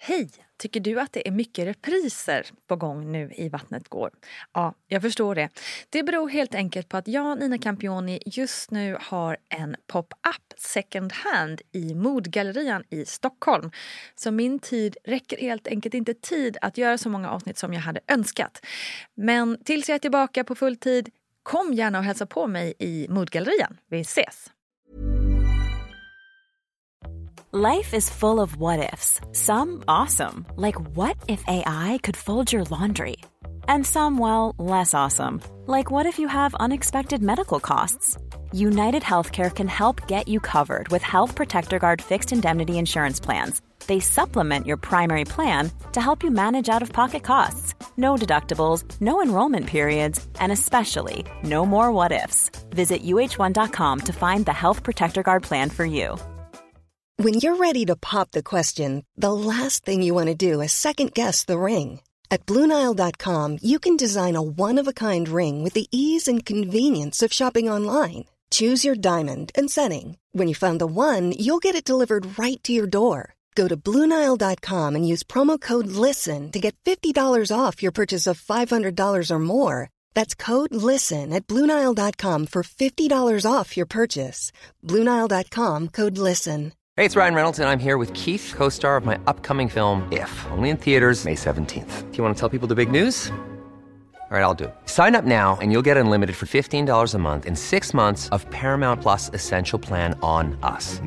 Hej! Tycker du att det är mycket repriser på gång nu i Vattnet går? Ja, jag förstår det. Det beror helt enkelt på att jag, Nina Campioni, just nu har en pop-up second hand i Modgallerian i Stockholm. Så min tid räcker helt enkelt inte tid att göra så många avsnitt som jag hade önskat. Men tills jag är tillbaka på full tid, kom gärna och hälsa på mig i Modgallerian. Vi ses! Life is full of what-ifs. Some awesome, like what if AI could fold your laundry? And some, well, less awesome, like what if you have unexpected medical costs? United Healthcare can help get you covered with Health Protector Guard fixed indemnity insurance plans. They supplement your primary plan to help you manage out-of-pocket costs. No deductibles, no enrollment periods, and especially no more what-ifs. Visit uh1.com to find the Health Protector Guard plan for you. When you're ready to pop the question, the last thing you want to do is second-guess the ring. At BlueNile.com, you can design a one-of-a-kind ring with the ease and convenience of shopping online. Choose your diamond and setting. When you find the one, you'll get it delivered right to your door. Go to BlueNile.com and use promo code LISTEN to get $50 off your purchase of $500 or more. That's code LISTEN at BlueNile.com for $50 off your purchase. BlueNile.com, code LISTEN. Hey, it's Ryan Reynolds, and I'm here with Keith, co-star of my upcoming film, If, only in theaters May 17th. Do you want to tell people the big news? All right, I'll do it. Sign up now and you'll get unlimited for $15 a month and 6 months of Paramount Plus Essential Plan on us.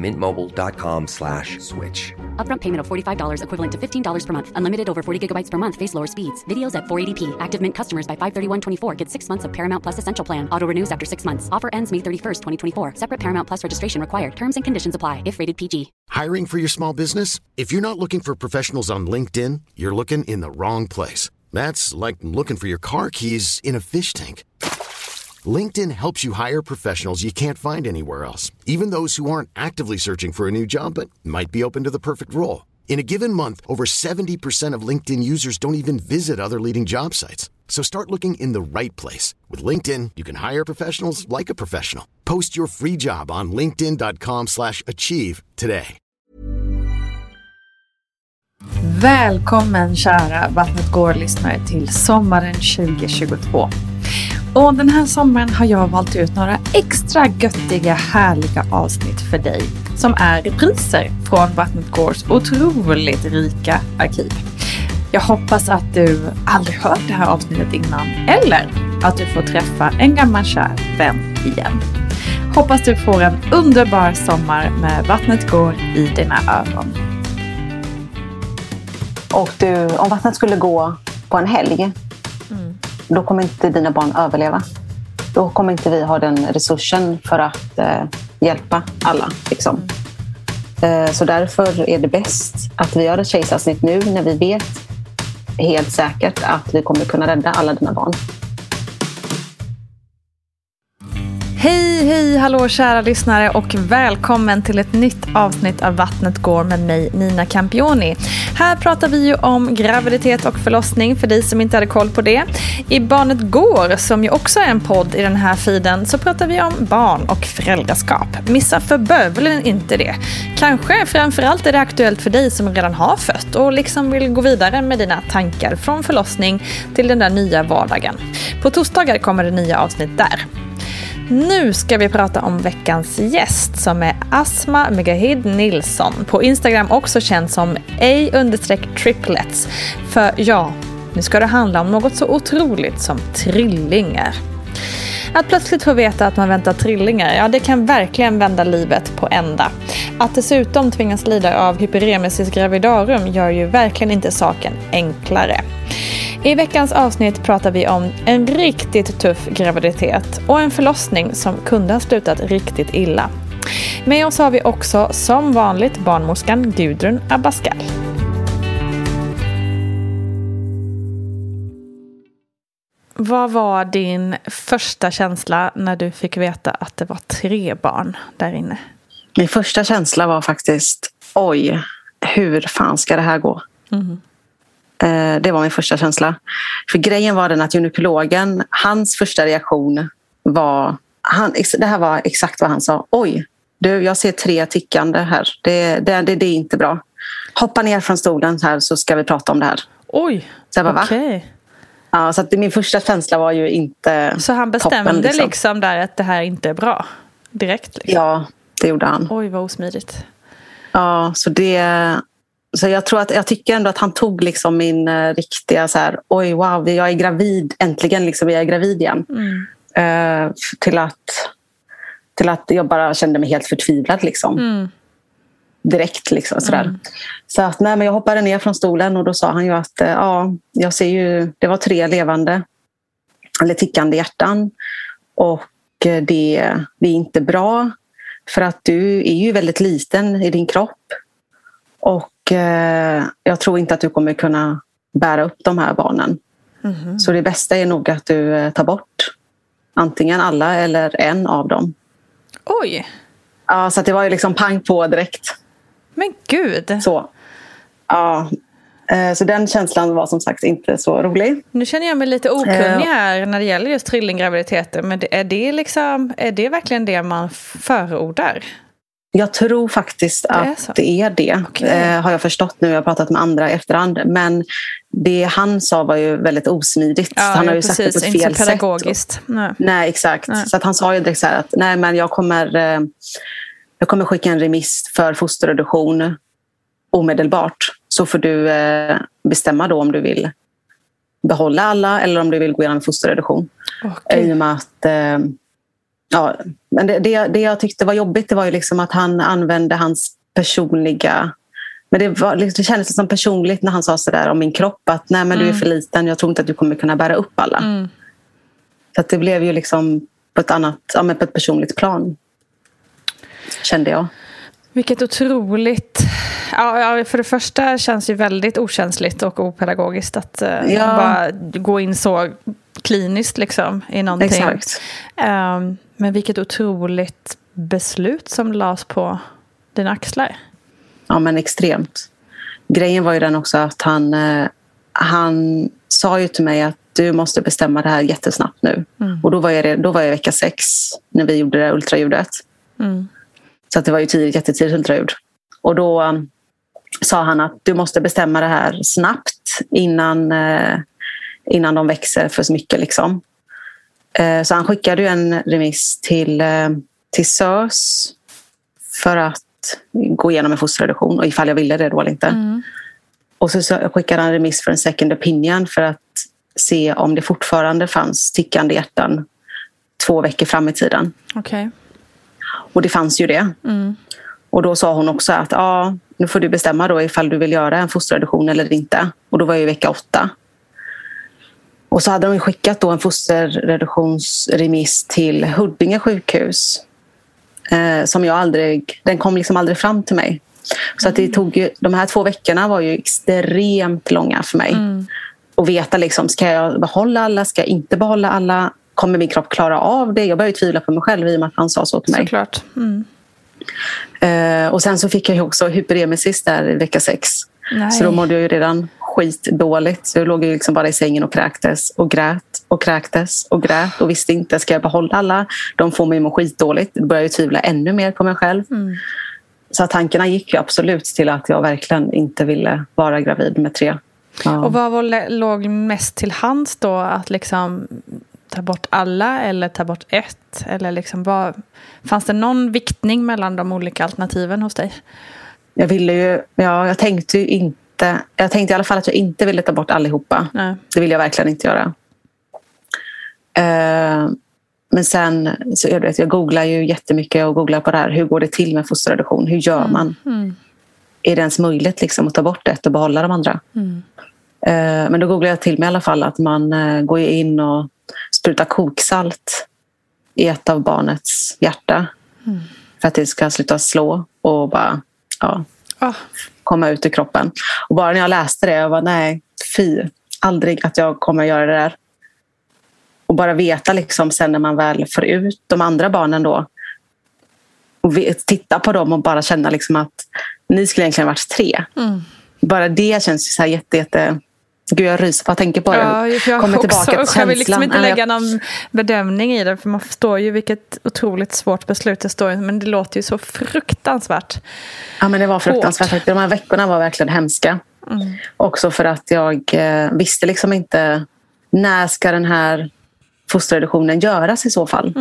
MintMobile.com/switch. Upfront payment of $45 equivalent to $15 per month. Unlimited over 40 gigabytes per month. Face lower speeds. Videos at 480p. Active Mint customers by 531.24 get 6 months of Paramount Plus Essential Plan. Auto renews after 6 months. Offer ends May 31st, 2024. Separate Paramount Plus registration required. Terms and conditions apply if rated PG. Hiring for your small business? If you're not looking for professionals on LinkedIn, you're looking in the wrong place. That's like looking for your car keys in a fish tank. LinkedIn helps you hire professionals you can't find anywhere else, even those who aren't actively searching for a new job but might be open to the perfect role. In a given month, over 70% of LinkedIn users don't even visit other leading job sites. So start looking in the right place. With LinkedIn, you can hire professionals like a professional. Post your free job on linkedin.com/achieve today. Välkommen kära Vattnet går-lyssnare till sommaren 2022. Och den här sommaren har jag valt ut några extra göttiga, härliga avsnitt för dig som är repriser från Vattnet gårs otroligt rika arkiv. Jag hoppas att du aldrig hört det här avsnittet innan eller att du får träffa en gammal kär vän igen. Hoppas du får en underbar sommar med Vattnet går i dina öron. Och om vattnet skulle gå på en helg, då kommer inte dina barn överleva. Då kommer inte vi ha den resursen för att hjälpa alla. Liksom. Så därför är det bäst att vi gör ett kejsarsnitt nu när vi vet helt säkert att vi kommer kunna rädda alla dina barn. Hej, hallå kära lyssnare och välkommen till ett nytt avsnitt av Vattnet går med mig, Nina Campioni. Här pratar vi ju om graviditet och förlossning för dig som inte hade koll på det. I Barnet går, som ju också är en podd i den här feeden, så pratar vi om barn och föräldraskap. Missa för bövelen inte det. Kanske framförallt är det aktuellt för dig som redan har fött och liksom vill gå vidare med dina tankar från förlossning till den där nya vardagen. På torsdagar kommer det nya avsnitt där. Nu ska vi prata om veckans gäst som är Asma Megahid Nilsson, på Instagram också känd som A_triplets. För ja, nu ska det handla om något så otroligt som trillingar. Att plötsligt få veta att man väntar trillingar, ja det kan verkligen vända livet på ända. Att dessutom tvingas lida av hyperemesis gravidarum gör ju verkligen inte saken enklare. I veckans avsnitt pratar vi om en riktigt tuff graviditet och en förlossning som kunde ha slutat riktigt illa. Med oss har vi också som vanligt barnmorskan Gudrun Abascal. Vad var din första känsla när du fick veta att det var 3 barn där inne? Min första känsla var faktiskt, oj, hur fan ska det här gå? Det var min första känsla. För grejen var den att gynekologen, hans första reaktion var, det här var exakt vad han sa. Oj, du, jag ser 3 tickande här. Det är inte bra. hoppa ner från stolen här så ska vi prata om det här. Oj, okej. Ja, så att min första känsla var ju inte så han bestämde toppen, liksom där att det här inte är bra direkt? Liksom. Ja, det gjorde han. Oj, vad osmidigt. Ja, så jag tycker ändå att han tog liksom min riktiga så här, oj wow, jag är gravid, äntligen liksom, jag är gravid igen. Till att jag bara kände mig helt förtvivlad liksom. Direkt liksom sådär. Så att men jag hoppade ner från stolen och då sa han ju att jag ser ju, det var 3 levande eller tickande hjärtan och det är inte bra för att du är ju väldigt liten i din kropp och jag tror inte att du kommer kunna bära upp de här barnen. Så det bästa är nog att du tar bort antingen alla eller en av dem. Oj! Ja, så att det var ju liksom pang på direkt. Men gud! Så. Ja, så den känslan var som sagt inte så rolig. Nu känner jag mig lite okunnig här när det gäller just trillinggraviditeter. Men är det verkligen det man förordar? Jag tror faktiskt att det är det. Okay. Har jag förstått nu. Jag har pratat med andra efterhand. Men det han sa var ju väldigt osmidigt. Ja, han har ju sagt det på ett fel inte så pedagogiskt. Sätt. Nej, exakt. Nej. Så att han sa ju direkt så här att nej, men jag kommer skicka en remiss för fosterreduktion omedelbart. Så får du bestämma då om du vill behålla alla eller om du vill gå igenom fosterreduktion. Okay. I och med att men det jag tyckte var jobbigt, det var ju liksom att han använde hans personliga, men det kändes som personligt när han sa sådär om min kropp att nej men du är för liten, jag tror inte att du kommer kunna bära upp alla. Så att det blev ju liksom på ett personligt plan, kände jag. Vilket otroligt... Ja, för det första känns det väldigt okänsligt och opedagogiskt att bara gå in så kliniskt liksom i någonting. Exakt. Men vilket otroligt beslut som lades på dina axlar. Ja, men extremt. Grejen var ju den också att han sa ju till mig att du måste bestämma det här jättesnabbt nu. Och då var jag vecka 6 när vi gjorde det ultraljudet. Så att det var ju jättetidigt ultraljud. Och då sa han att du måste bestämma det här snabbt innan de växer för så mycket liksom. Så han skickade ju en remiss till SÖS för att gå igenom en fosterreduktion och ifall jag ville det då eller inte. Och så skickade han en remiss för en second opinion för att se om det fortfarande fanns tickande hjärtan 2 veckor fram i tiden. Okay. Och det fanns ju det. Och då sa hon också att nu får du bestämma då ifall du vill göra en fosterreduktion eller inte. Och då var jag i vecka 8. Och så hade de skickat då en fosterreduktionsremiss till Huddinge sjukhus. Som den kom liksom aldrig fram till mig. Så att det tog ju, de här 2 veckorna var ju extremt långa för mig. Och veta liksom, ska jag behålla alla, ska jag inte behålla alla? Kommer min kropp klara av det? Jag började tvivla på mig själv i och med att han sa så till mig. Såklart. Och sen så fick jag ju också hyperemesis där i vecka 6. Nej. Så då mådde jag ju redan skitdåligt. Så jag låg ju liksom bara i sängen och kräktes och grät och kräktes och grät och visste inte, ska jag behålla alla? De får mig må skitdåligt. Då började jag tvivla ännu mer på mig själv. Så tankarna gick ju absolut till att jag verkligen inte ville vara gravid med 3. Ja. Och vad låg mest till hands då? Att liksom ta bort alla eller ta bort ett? Eller liksom fanns det någon viktning mellan de olika alternativen hos dig? Jag tänkte i alla fall att jag inte ville ta bort allihopa. Nej. Det vill jag verkligen inte göra. Men sen så jag googlar ju jättemycket och googlar på det här. Hur går det till med fosterreduktion? Hur gör man? Är det ens möjligt liksom att ta bort ett och behålla de andra? Men då googlar jag till mig i alla fall att man går in och sprutar koksalt i ett av barnets hjärta. För att det ska sluta slå och bara komma ut ur kroppen. Och bara när jag läste det, jag var nej, aldrig att jag kommer göra det där. Och bara veta liksom sen när man väl får ut de andra barnen då och titta på dem och bara känna liksom att ni skulle egentligen varit 3. Bara det känns ju så här jätte Gud, jag ryser bara tänker på det. Ja, jag kommer också. Tillbaka till Jag vill liksom känslan. inte lägga någon bedömning i det. För man förstår ju vilket otroligt svårt beslut det står. Men det låter ju så fruktansvärt. Ja, men det var fruktansvärt. De här veckorna var verkligen hemska. Också för att jag visste liksom inte när ska den här fosterreduktionen göras i så fall.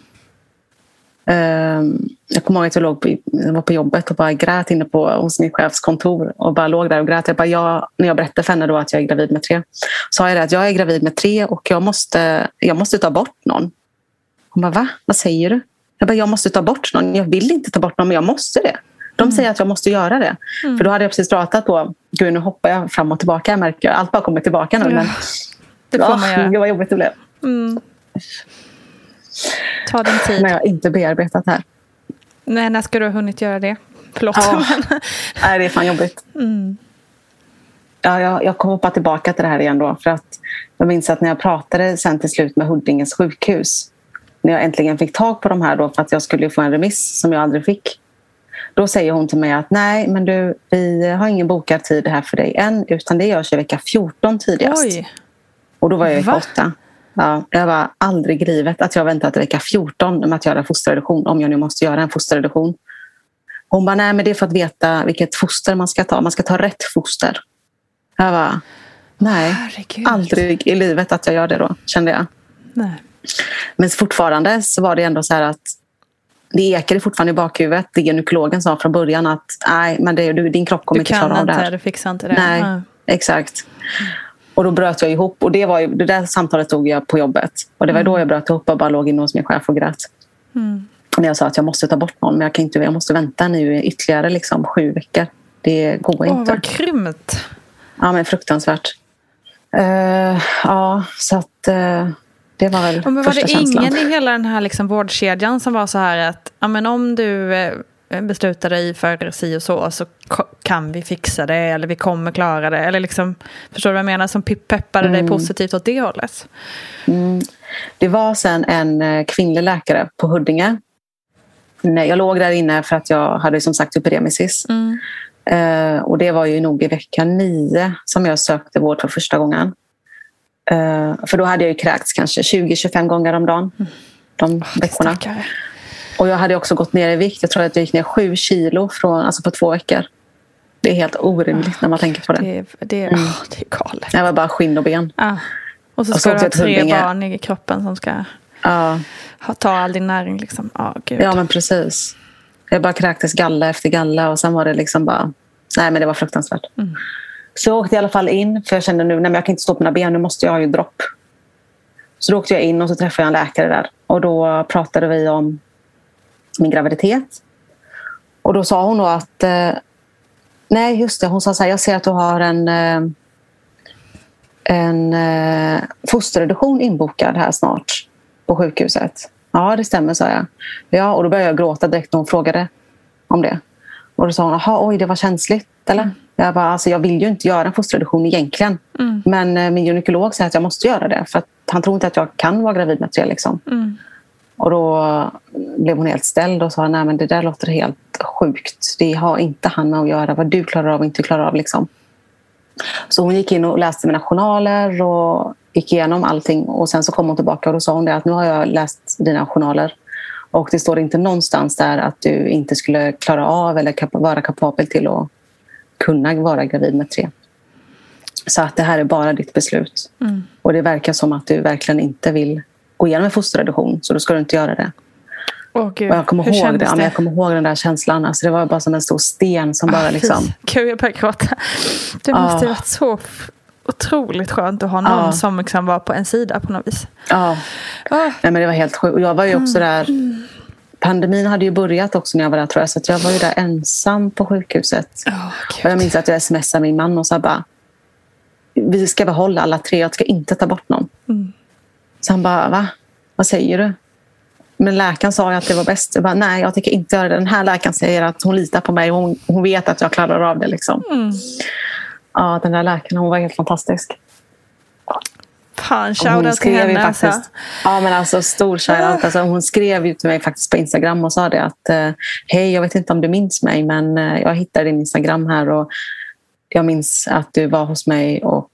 Jag kommer ihåg att jag var på jobbet och bara grät inne hos min chefs kontor och bara låg där och grät. När jag berättade för henne då att jag är gravid med 3, sa jag det att jag är gravid med 3 och jag måste ta bort någon. Hon bara, va? Vad säger du? Jag måste ta bort någon. Jag vill inte ta bort någon, men jag måste det. De säger att jag måste göra det. För då hade jag precis pratat på, gud nu hoppar jag fram och tillbaka, jag märker allt bara kommer tillbaka nu. Men det får man göra. Gud vad jobbigt det blev. Ta din tid. Men jag har inte bearbetat här. Nej, när ska du ha hunnit göra det? Förlåt. Nej, det är fan jobbigt. Ja, jag kommer hoppa tillbaka till det här igen då. För att jag minns att när jag pratade sen till slut med Huddinges sjukhus, när jag äntligen fick tag på de här då för att jag skulle få en remiss som jag aldrig fick. Då säger hon till mig att nej, men du, vi har ingen bokad tid här för dig än, utan det görs i vecka 14 tidigast. Oj. Och då var jag i vecka 8. Ja, jag var aldrig grivet att jag väntat till vecka 14 med att göra fosterreduktion, om jag nu måste göra en fosterreduktion. Hon bara, nej men det är för att veta vilket foster man ska ta. Man ska ta rätt foster. Jag var nej, herregud. Aldrig i livet att jag gör det då, kände jag. Nej. Men fortfarande så var det ändå så här att det ekade fortfarande i bakhuvudet. Det gynekologen sa från början att nej, men din kropp kommer inte klara av det här. Du fixar inte det. Nej, exakt. Och då bröt jag ihop. Och det där samtalet tog jag på jobbet. Och det var då jag bröt ihop och bara låg inne hos min chef och grät. När jag sa att jag måste ta bort någon. Men jag måste vänta nu ytterligare 7 veckor. Det går inte. Vad grymt. Ja, men fruktansvärt. Ja, så att det var väl men första känslan. Var det ingen i hela den här vårdkedjan som var så här att ja, men om du beslutar dig för si och så kan vi fixa det eller vi kommer klara det eller förstår du vad jag menar, som peppade dig positivt åt det hållet? Det var sen en kvinnlig läkare på Huddinge. Jag låg där inne för att jag hade som sagt epidemesis. Och det var ju nog i vecka 9 som jag sökte vård för första gången. För då hade jag ju kräkts kanske 20-25 gånger om dagen. De veckorna. Och jag hade också gått ner i vikt. Jag tror att jag gick ner 7 kilo på 2 veckor. Det är helt orimligt när man tänker på det. Det är galet. Jag var bara skinn och ben. Och så ska du ha 3 barn i kroppen som ska ta all din näring. Gud. Ja, men precis. Jag bara kräktes galla efter galla. Och sen var det bara... Nej, men det var fruktansvärt. Så jag åkte i alla fall in. För jag kände nu, nej, men jag kan inte stå på mina ben. Nu måste jag ha ju dropp. Så då åkte jag in och så träffade jag en läkare där. Och då pratade vi om min graviditet. Och då sa hon då att... nej, just det. Hon sa så här, jag ser att du har en fosterreduktion inbokad här snart på sjukhuset. Ja, det stämmer, sa jag. Ja, och då började jag gråta direkt när hon frågade om det. Och då sa hon, oj, det var känsligt, eller? Jag bara, jag vill ju inte göra en fosterreduktion egentligen. Men min gynekolog säger att jag måste göra det. För att han tror inte att jag kan vara gravid med 3 . Och då blev hon helt ställd och sa, nej men det där låter helt sjukt. Det har inte han med att göra vad du klarar av och inte klarar av . Så hon gick in och läste mina journaler och gick igenom allting. Och sen så kom hon tillbaka och då sa hon det att nu har jag läst dina journaler. Och det står inte någonstans där att du inte skulle klara av eller vara kapabel till att kunna vara gravid med 3. Så att det här är bara ditt beslut. Och det verkar som att du verkligen inte vill gå igenom en fosterreduktion. Så då ska du inte göra det. Gud. Och jag kommer ihåg det. Jag kommer ihåg den där känslan. Alltså det var bara som en stor sten som bara Gud, jag börjar gråta. Det måste ha varit så otroligt skönt att ha någon som var på en sida på något vis. Nej, men det var helt sjukt. Och jag var ju också där. Pandemin hade ju börjat också när jag var där, tror jag. Så jag var ju där ensam på sjukhuset. Och jag minns att jag smsade min man och sa bara, vi ska behålla alla 3. Jag ska inte ta bort någon. Så han bara, va? Vad säger du? Men läkaren sa ju att det var bäst. Jag bara, nej, jag tycker inte göra det. Den här läkaren säger att hon litar på mig. Och hon vet att jag klarar av det Ja, den där läkaren, hon var helt fantastisk. Fan, shoutout till henne faktiskt, Ja, men stor shoutout. Hon skrev ju till mig faktiskt på Instagram och sa det att hej, jag vet inte om du minns mig, men jag hittade din Instagram här och jag minns att du var hos mig och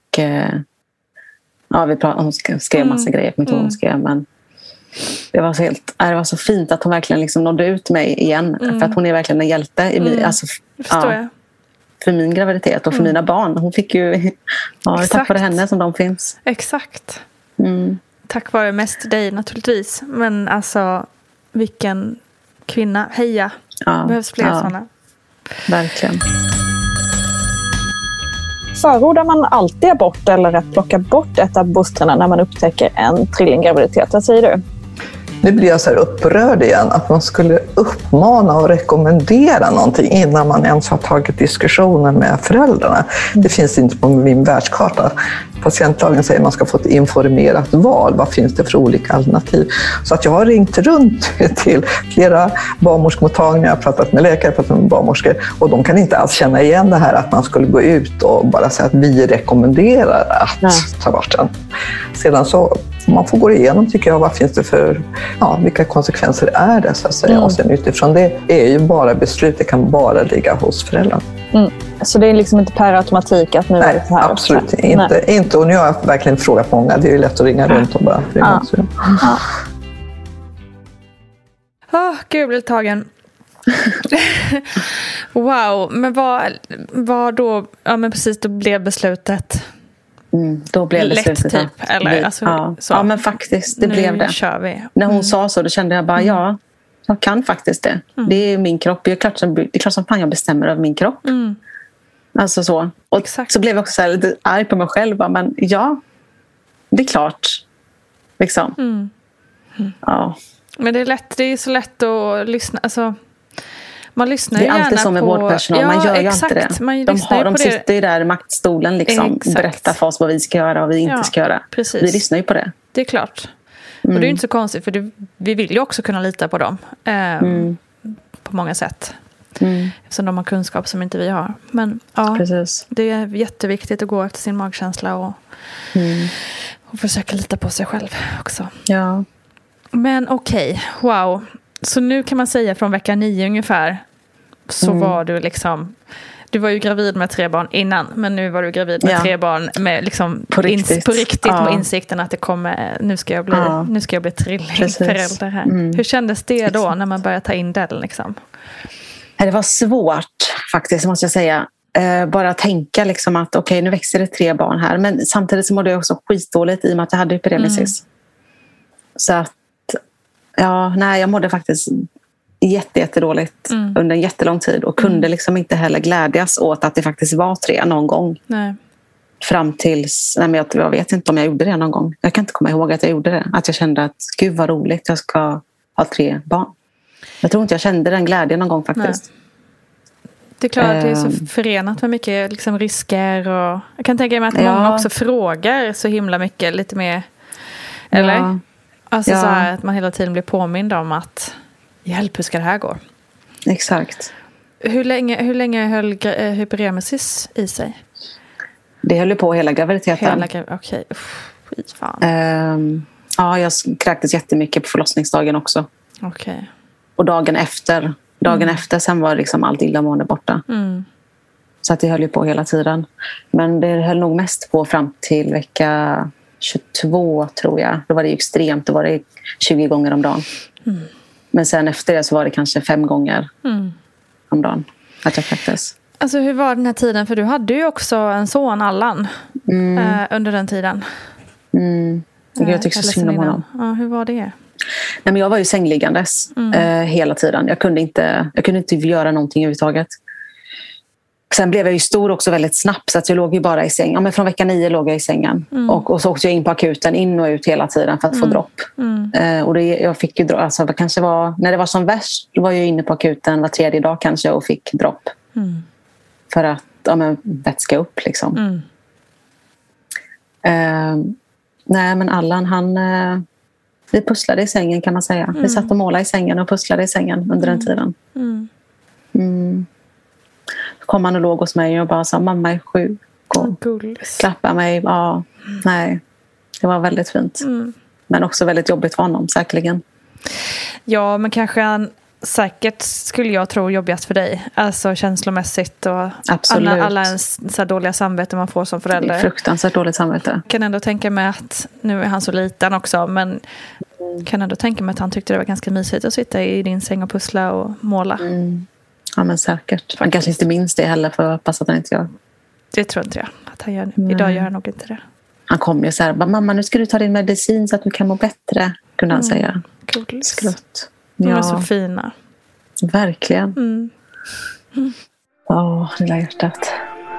hon skrev massa grejer. Jag kommer inte ihåg vad hon skrev, men det var så fint att hon verkligen liksom nådde ut mig igen. För att hon är verkligen en hjälte i mig. Alltså, för min graviditet och för mina barn. Hon fick ju tack vare henne som de finns. Exakt. Tack vare mest dig naturligtvis. Men alltså, vilken kvinna. Heja. Det behövs fler sådana. Verkligen. Förordar man alltid abort eller att plocka bort ett av fostrarna när man upptäcker en trillinggraviditet? Vad säger du? Nu blir jag så här upprörd igen att man skulle uppmana och rekommendera någonting innan man ens har tagit diskussionen med föräldrarna. Det finns inte på min världskarta. Patientlagen säger att man ska få ett informerat val. Vad finns det för olika alternativ? Så att jag har ringt runt till flera barnmorskemottagningar, pratat med läkare, pratat med barnmorskor, och de kan inte alls känna igen det här att man skulle gå ut och bara säga att vi rekommenderar att ta bort den. Sedan så man får gå igenom, tycker jag, vad finns det för, vilka konsekvenser är det så att säga. Och sen utifrån det är ju bara beslut, det kan bara ligga hos föräldrarna. Så det är liksom inte per automatik att nu är det så här? Absolut inte. Och nu har jag verkligen frågat många, det är ju lätt att ringa runt och bara ringa. Gud, jag blev tagen. Wow, men vad då, men precis, då blev beslutet då blev beslutet lätt typ, eller? Alltså, ja, men faktiskt, det nu blev det. Kör vi. När hon sa så, då kände jag bara, jag kan faktiskt det. Det är min kropp, det är klart som fan jag bestämmer över min kropp. Alltså så. Och exakt. Så blev jag också så här lite arg på mig själv, men det är klart. Liksom. Ja. Men det är så lätt att lyssna, alltså man lyssnar ju gärna på... Det är alltid så med vårdpersonal, man gör ju exakt. Inte det. De sitter ju där i maktstolen liksom, och berättar för oss vad vi ska göra och vad vi inte ska göra. Precis. Vi lyssnar ju på det. Det är klart. Och det är ju inte så konstigt, för vi vill ju också kunna lita på dem på många sätt. Eftersom de har kunskap som inte vi har. Men precis. Det är jätteviktigt att gå efter sin magkänsla och försöka lita på sig själv också. Ja. Men okej, wow. Så nu kan man säga från vecka 9 ungefär så var du liksom... Du var ju gravid med 3 barn innan, men nu var du gravid med 3 barn med liksom på riktigt med insikten att det kommer, nu ska jag bli trillingförälder här. Hur kändes det då när man började ta in det liksom? Det var svårt faktiskt, måste jag säga. Bara tänka liksom att okej, nu växer det 3 barn här, men samtidigt så mådde jag också skitdåligt i och med att jag hade hyperemesis. Så att jag mådde faktiskt jättedåligt under en jättelång tid och kunde liksom inte heller glädjas åt att det faktiskt var 3 någon gång. Nej. Fram tills, jag vet inte om jag gjorde det någon gång. Jag kan inte komma ihåg att jag gjorde det. Att jag kände att gud vad roligt, jag ska ha 3 barn. Jag tror inte jag kände den glädjen någon gång faktiskt. Nej. Det är klart att det är så förenat med mycket liksom risker och jag kan tänka mig att många också frågar så himla mycket, lite mer, eller? Ja. Alltså så här att man hela tiden blir påmind om att hjälp, hur ska det här gå? Exakt. Hur länge höll hyperemesis i sig? Det höll på hela graviditeten. Okej. Skit fan. Jag kräktes jättemycket på förlossningsdagen också. Okej. Och dagen efter sen var liksom allt illamående borta. Så att det höll ju på hela tiden. Men det höll nog mest på fram till vecka 22 tror jag. Då var det extremt, då var det 20 gånger om dagen. Men sen efter det så var det kanske 5 gånger om dagen att jag kräktes. Alltså hur var den här tiden? För du hade ju också en son, Allan, under den tiden. Jag tycker så synd om honom. Ja, hur var det? Nej, men jag var ju sängliggandes hela tiden. Jag kunde inte göra någonting överhuvudtaget. Sen blev jag ju stor också väldigt snabbt så att jag låg ju bara i säng. Ja, men från vecka 9 låg jag i sängen. Och så åkte jag in på akuten, in och ut hela tiden för att få dropp. Och jag fick ju dropp, alltså det kanske var, när det var som värst, då var jag inne på akuten var 3:e dag kanske och fick dropp. För att vätska upp liksom. Nej, men Allan vi pusslade i sängen kan man säga. Vi satt och målade i sängen och pusslade i sängen under den tiden. Kom han och låg hos mig och bara sa mamma är sjuk och klappade mig. Nej, det var väldigt fint. Men också väldigt jobbigt för honom, säkerligen. Ja, men kanske han säkert, skulle jag tro, jobbigast för dig. Alltså känslomässigt och alla ens så dåliga samvete man får som förälder. Fruktansvärt dåligt samvete. Jag kan ändå tänka mig att, nu är han så liten också, men kan ändå tänka mig att han tyckte det var ganska mysigt att sitta i din säng och pussla och måla. Ja, men säkert. Han kanske inte minns det heller, för att passa att han inte gör. Det tror inte jag att han gör. Idag gör han nog inte det. Han kom ju så här, mamma, nu ska du ta din medicin så att du kan må bättre, kunde han säga. Skrutt. De är så fina. Verkligen. Lilla hjärtat.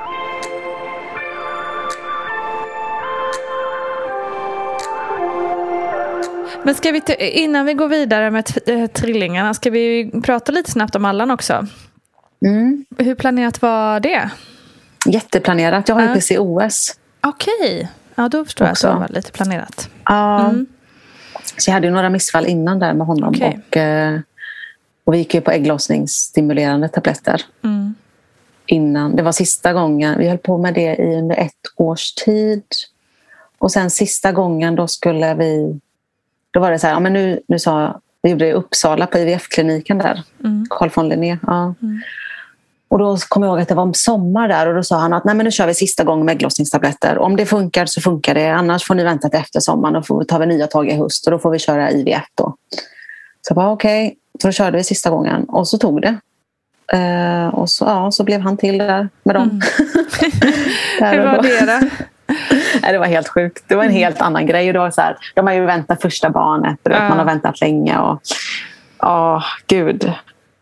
Men ska vi innan vi går vidare med trillingarna, ska vi prata lite snabbt om Allan också? Hur planerat var det? Jätteplanerat. Jag har ju PCOS. Okej. Ja, då förstår jag att det var lite planerat. Ja. Så jag hade ju några missfall innan där med honom. Och vi gick ju på ägglossningsstimulerande tabletter. Innan. Det var sista gången. Vi höll på med det i under 1 års tid. Och sen sista gången då skulle vi... Då var det så här, men nu sa vi gjorde det i Uppsala på IVF-kliniken där. Carl von Linné. Ja. Och då kom jag ihåg att det var om sommar där. Och då sa han att nej, men nu kör vi sista gången med ägglossningstabletter. Om det funkar så funkar det. Annars får ni vänta till efter sommaren. Och får tar vi nya tag i höst. Och då får vi köra IVF då. Så jag bara okej. Så då körde vi sista gången. Och så tog det. Och så blev han till där med dem. Hur var det då? Det var helt sjukt. Det var en helt annan grej. Och det var så här, de har ju väntat första barnet. Man har väntat länge. Och gud.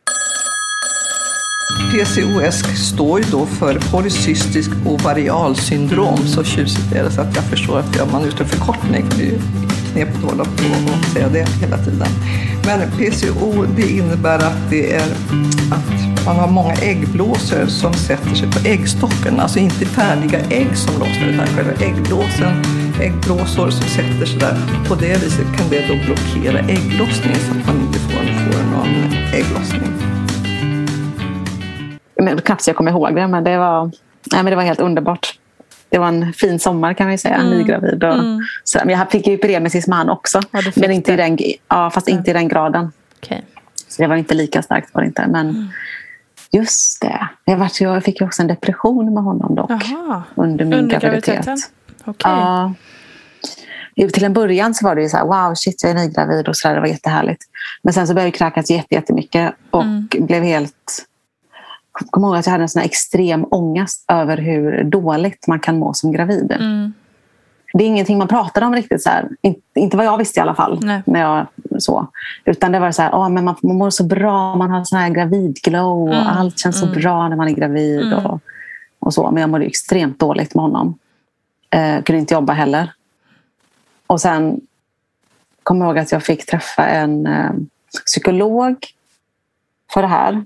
PCOS står ju då för polycystisk ovarialsyndrom, så tjusigt är det, så att jag förstår att man ut en förkortning. Det är ju knepigt att hålla på och säga det hela tiden. Men PCO, det innebär att det är att man har många äggblåsor som sätter sig på äggstocken, alltså inte färdiga ägg som lossnar, utan själva äggblåsor som sätter sig där. På det viset kan det då blockera ägglossningen så att man inte får någon ägglossning. Men knappt så jag kommer ihåg det, men det var helt underbart. Det var en fin sommar kan vi säga, nygravid. Så, men jag fick ju perinesis med han också, men inte inte i den graden. Okay. Så det var inte lika starkt, var det inte. Men just det, jag fick ju också en depression med honom dock. Under min graviditet. Okay. Ja. Till en början så var det ju så här, wow, shit, jag är nygravid och så där, det var jättehärligt. Men sen så började jag kräkas jättemycket och blev helt... Jag kommer ihåg att jag hade en sån här extrem ångest över hur dåligt man kan må som gravid. Det är ingenting man pratar om riktigt så här. Inte vad jag visste i alla fall. Nej. När jag så. Utan det var så här, men man mår så bra, man har sån här gravidglow och allt känns så bra när man är gravid och så. Men jag mådde extremt dåligt med honom. Kunde inte jobba heller. Och sen kommer jag ihåg att jag fick träffa en psykolog för det här.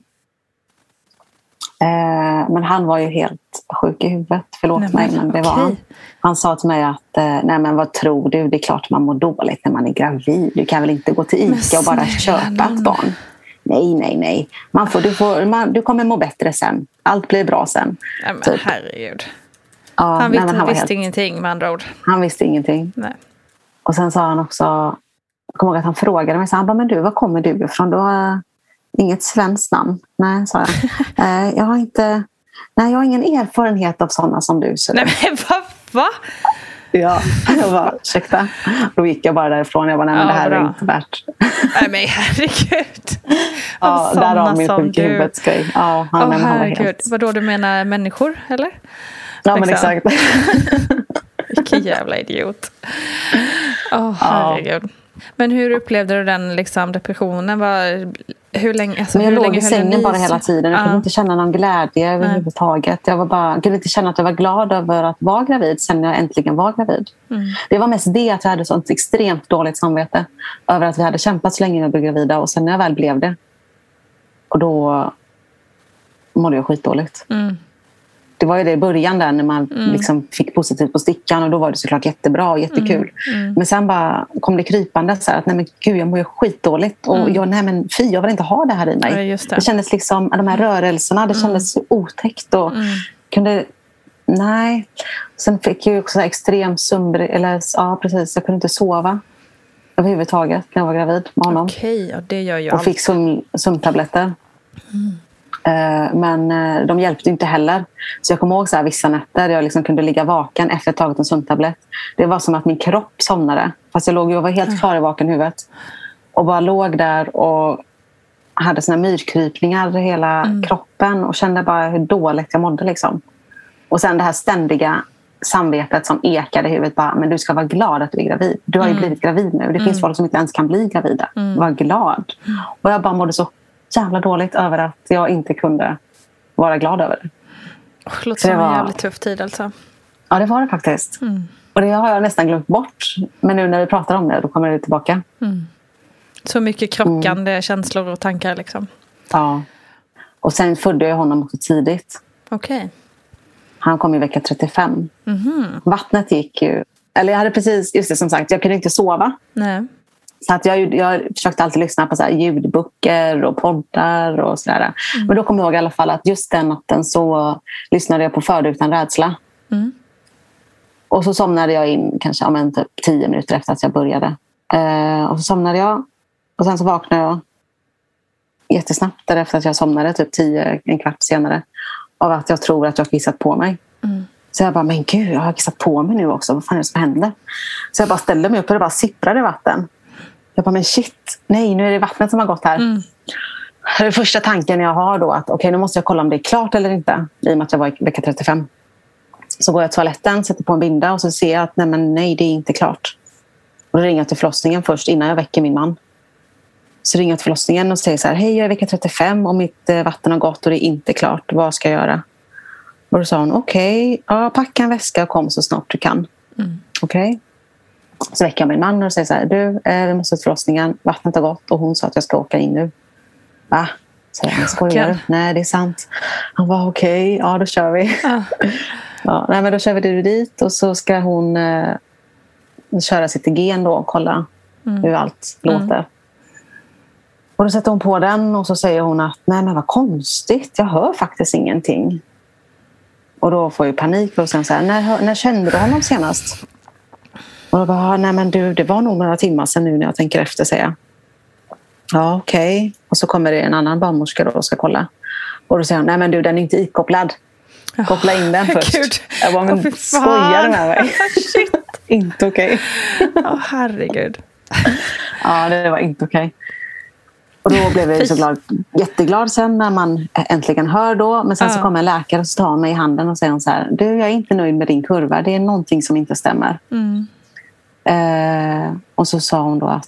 Men han var ju helt sjuk i huvudet, förlåt mig, men det var han. Han sa till mig att nej, men vad tror du, det är klart man mår dåligt när man är gravid. Du kan väl inte gå till ICA och bara köpa ett barn. Nej. Du kommer må bättre sen. Allt blir bra sen. Nej, men typ. Herregud. Ja, han visste ingenting med andra ord. Han visste ingenting. Nej. Och sen sa han också, jag kommer ihåg att han frågade mig, så han bara, men du, var kommer du ifrån? Då inget svenskt namn. Nej, sa jag. Jag har ingen erfarenhet av sådana som du. Så nej, men va? Ja, jag bara, ursäkta. Då gick jag bara därifrån. Jag bara, nej, men det här är inte värt. Nej, men herregud. Ja, där har min sjuk i huvudet grej. Ja, han var helt... Vadå, du menar människor, eller? Ja, men exakt. Vilken jävla idiot. Herregud. Men hur upplevde du den depressionen? Hur länge, men jag låg i sängen bara hela tiden. Jag kunde inte känna någon glädje överhuvudtaget. Jag kunde inte känna att jag var glad över att vara gravid sen jag äntligen var gravid. Det var mest det att jag hade sånt extremt dåligt samvete över att vi hade kämpat så länge jag blev gravida, och sen när jag väl blev det, och då mådde jag skitdåligt. Det var ju det i början där när man fick positivt på stickan, och då var det såklart jättebra och jättekul. Men sen bara kom det krypande så här, att nej men gud, jag mår ju skitdåligt och jag vill inte ha det här i mig. Ja, det kändes de här rörelserna, det kändes så otäckt och Sen fick jag också extrem precis, jag kunde inte sova. överhuvudtaget när jag var gravid med honom. Okej, ja, det gör ju och fick sömntabletter. Men de hjälpte inte heller. Så jag kommer ihåg så här, vissa nätter jag liksom kunde ligga vaken efter att tagit en sömntablett. Det var som att min kropp somnade. Fast jag var helt förvaken i huvudet. Och bara låg där och hade såna myrkrypningar i hela kroppen. Och kände bara hur dåligt jag mådde. Liksom. Och sen det här ständiga samvetet som ekade i huvudet. Bara, men du ska vara glad att du är gravid. Du har ju blivit gravid nu. Det finns folk som inte ens kan bli gravida. Var glad. Och jag bara mådde så jävla dåligt över att jag inte kunde vara glad över det. Det låter som en jävligt tuff tid alltså. Ja, det var det faktiskt. Och det har jag nästan glömt bort. Men nu när vi pratar om det, då kommer det tillbaka. Så mycket krockande känslor och tankar liksom. Ja. Och sen födde jag honom också tidigt. Okej. Han kom i vecka 35. Vattnet gick ju... Eller jag hade precis, just det som sagt, jag kunde inte sova. Nej. Så att jag försökte alltid lyssna på så här ljudböcker och poddar och sådär. Men då kom jag ihåg i alla fall att just den natten så lyssnade jag på Föda utan rädsla. Och så somnade jag in kanske typ 10 minuter efter att jag började. Och så somnade jag. Och sen så vaknade jag jättesnabbt därefter att jag somnade, typ en kvart senare. Av att jag tror att jag har kissat på mig. Så jag bara, men gud, jag har kissat på mig nu också. Vad fan är det som händer? Så jag bara ställde mig upp och det bara sipprade vatten. Jag bara, men shit, nej, nu är det vattnet som har gått här. Det är första tanken jag har då att okej, nu måste jag kolla om det är klart eller inte. I och med att jag var i vecka 35. Så går jag till toaletten, sätter på en binda och så ser jag att nej, det är inte klart. Och då ringer jag till förlossningen först innan jag väcker min man. Så ringer jag till förlossningen och säger så här, hej, jag är i vecka 35 och mitt vatten har gått och det är inte klart. Vad ska jag göra? Och då sa hon, okej, packa en väska och kom så snart du kan. Okej. Så väcker jag min man och säger så här, du, vi måste till förlossningen, vattnet har gått och hon sa att jag ska åka in nu. Va? Säger han, skojar du? Nej, det är sant. Han var okej, ja då kör vi. Ja, nej, men då kör vi dit och så ska hon köra sitt gen då och kolla hur allt låter. Och då sätter hon på den och så säger hon att nej men vad konstigt, jag hör faktiskt ingenting. Och då får jag panik och sen så här, när kände du honom senast? Och då bara, nej men du, det var nog några timmar sedan nu när jag tänker efter, säger jag. Ja, okej. Och så kommer det en annan barnmorska då och ska kolla. Och då säger hon, nej men du, den är inte ikopplad. Koppla in den först. Gud. Jag bara, men skojar med mig? Shit. Inte okej. Herregud. Ja, det var inte okej. Och då blev jag så jätteglad sen när man äntligen hör då. Men sen så kommer en läkare och tar mig i handen och säger så här, du, jag är inte nöjd med din kurva. Det är någonting som inte stämmer. Och så sa hon då att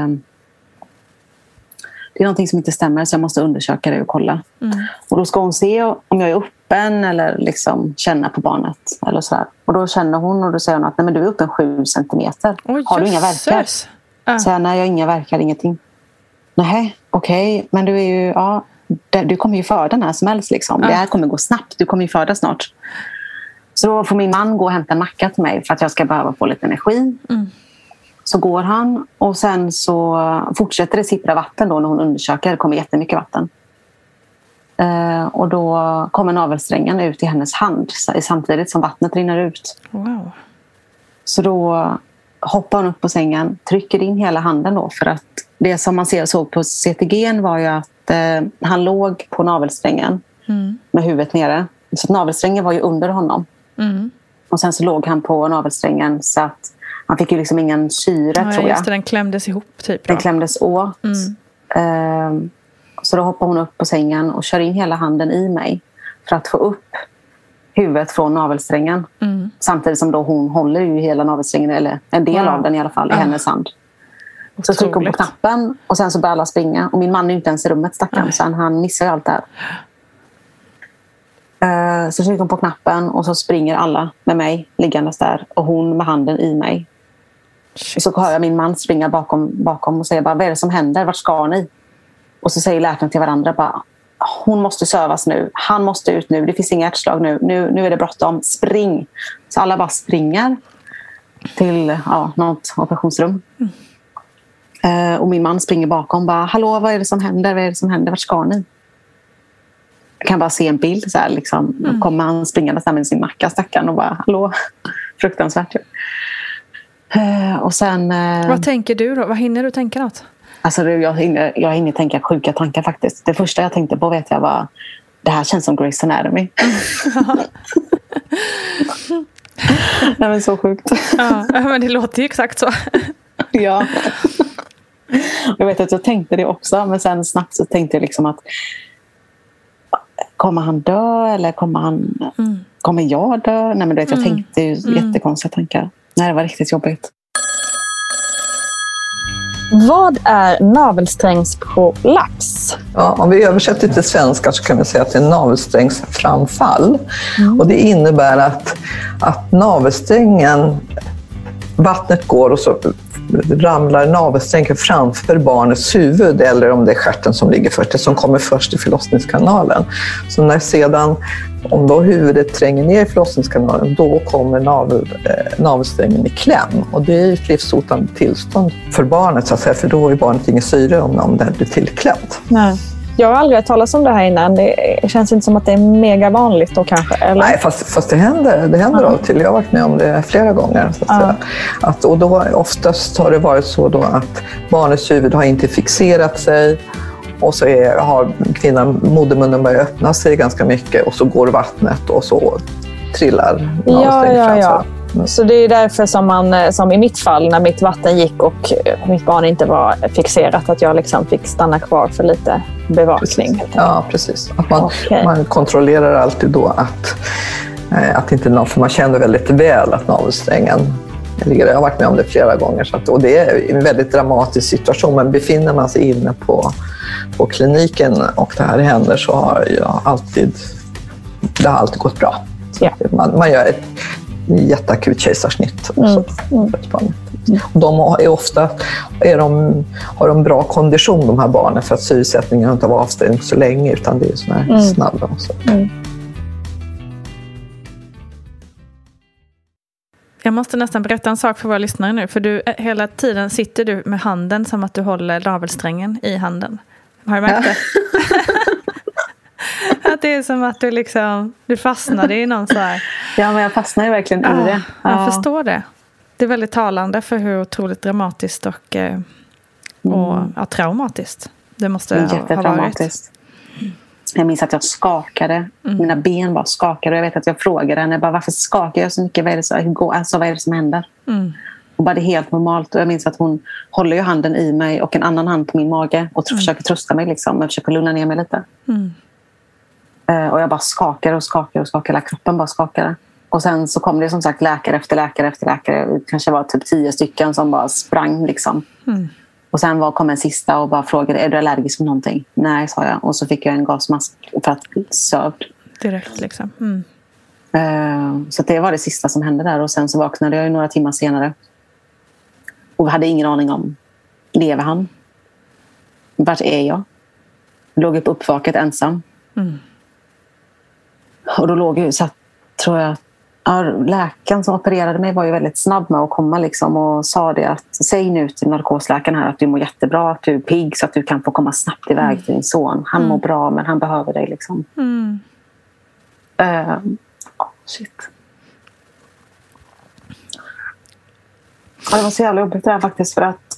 det är någonting som inte stämmer så jag måste undersöka det och kolla. Och då ska hon se om jag är öppen eller liksom känna på barnet eller så där. Och då känner hon och då säger hon att nej, men du är öppen 7 centimeter. Har du inga verkar? Så jag, nej, jag har inga verkar, ingenting. Nej, okej. Men du är ju, du kommer ju föda när som helst liksom. Det här kommer gå snabbt, du kommer ju föda snart. Så då får min man gå och hämta en macka till mig för att jag ska behöva få lite energi. Så går han och sen så fortsätter det sippra vatten då när hon undersöker. Det kommer jättemycket vatten. Och då kommer navelsträngen ut i hennes hand samtidigt som vattnet rinner ut. Wow. Så då hoppar hon upp på sängen, trycker in hela handen då för att det som man såg på CTG var ju att han låg på navelsträngen med huvudet nere. Så att navelsträngen var ju under honom. Och sen så låg han på navelsträngen så att han fick ju liksom ingen syre, tror jag. Just det, den klämdes ihop typ. Den klämdes åt. Så då hoppar hon upp på sängen och kör in hela handen i mig för att få upp huvudet från navelsträngen. Samtidigt som då hon håller ju hela navelsträngen, eller en del av den i alla fall, i hennes hand. Så trycker hon på knappen och sen så börjar alla springa. Och min man är ju inte ens i rummet, stackaren, så han missar ju allt det här. Så trycker hon på knappen och så springer alla med mig liggandes där. Och hon med handen i mig. Och så hör jag min man springa bakom och säger bara, vad är det som händer? Vart ska ni? Och så säger läkaren till varandra bara, hon måste sövas nu. Han måste ut nu. Det finns inga hjärtslag nu. Nu är det bråttom. Spring! Så alla bara springer till något operationsrum. Och min man springer bakom bara, hallå, vad är det som händer? Vad är det som händer? Vart ska ni? Jag kan bara se en bild så här liksom. Kommer han springande med sin macka, stackaren, och bara, hallå, fruktansvärt. Och sen... Vad tänker du då? Vad hinner du tänka något? Alltså jag hinner tänka sjuka tankar faktiskt. Det första jag tänkte på vet jag var, det här känns som Grey's Anatomy. Nej, men så sjukt. Ja, men det låter ju exakt så. Ja. Jag vet att jag tänkte det också, men sen snabbt så tänkte jag liksom att kommer han dö eller kommer jag dö? Nej, men du vet, jag tänkte ju jättekonstiga tankar. Nej, det var riktigt jobbigt. Vad är navelsträngsprolaps? Ja, om vi översätter till svenska så kan vi säga att det är navelsträngsframfall. Och det innebär att navelsträngen, vattnet går och så ramlar navelsträngen framför barnets huvud, eller om det är stjärten som ligger först, det som kommer först i förlossningskanalen. Så när sedan, om då huvudet tränger ner i förlossningskanalen, då kommer navelsträngen i kläm. Och det är ett livshotande tillstånd för barnet, så att säga, för då är barnet ingen syre om det blir tillklämt. Nej. Jag har aldrig hört talas om det här innan. Det känns inte som att det är mega vanligt då kanske, eller? Nej, fast det händer av och till. Jag har varit med om det flera gånger. Så att säga. Och då oftast har det varit så då att barnets huvud har inte fixerat sig, och så har kvinnan, modermunnen börjar öppna sig ganska mycket, och så går vattnet och så trillar navelsträngen fram. Ja. Så det är därför som i mitt fall, när mitt vatten gick och mitt barn inte var fixerat, att jag liksom fick stanna kvar för lite bevakning. Precis. Ja, precis. Att man kontrollerar alltid då att inte någon, för man känner väldigt väl att navelsträngen ligger. Jag har varit med om det flera gånger. Och det är en väldigt dramatisk situation, men befinner man sig inne på kliniken och det här händer, så har det har alltid gått bra. Ja. Man gör ett jätteakut kejsarsnitt. Och de har de bra kondition, de här barnen, för att syresättningen inte har avstängning så länge, utan det är sån här snabba. Jag måste nästan berätta en sak för våra lyssnare nu, för hela tiden sitter du med handen som att du håller navelsträngen i handen. Har du märkt det? Att det är som att du fastnade i någon så här. Ja, men jag fastnade verkligen i det. Jag förstår det. Det är väldigt talande för hur otroligt dramatiskt och traumatiskt det måste ha varit. Jag minns att jag skakade. Mina ben bara skakade. Jag vet att jag frågade henne, varför skakar jag så mycket? Vad är det som händer? Och bara det är helt normalt. Och jag minns att hon håller ju handen i mig och en annan hand på min mage och försöker trösta mig. Jag försöker lugna ner mig lite. Och jag bara skakade och skakade. Hela kroppen bara skakade. Och sen så kom det som sagt läkare efter läkare. Det kanske var typ 10 stycken som bara sprang liksom. Och sen kom en sista och bara frågade, är du allergisk för någonting? Nej, sa jag. Och så fick jag en gasmask för att bli sövd. Direkt liksom. Så det var det sista som hände där. Och sen så vaknade jag några timmar senare. Och hade ingen aning om, lever han? Vart är jag? Låg på uppvaket ensam. Och då låg jag, så tror jag, läkaren som opererade mig var ju väldigt snabb med att komma liksom, och sa det att, säg nu till narkosläkaren här att du mår jättebra, att du är pigg, så att du kan få komma snabbt iväg till din son. Han mår bra, men han behöver dig liksom. Shit. Det var så jävla jobbigt det här faktiskt, för att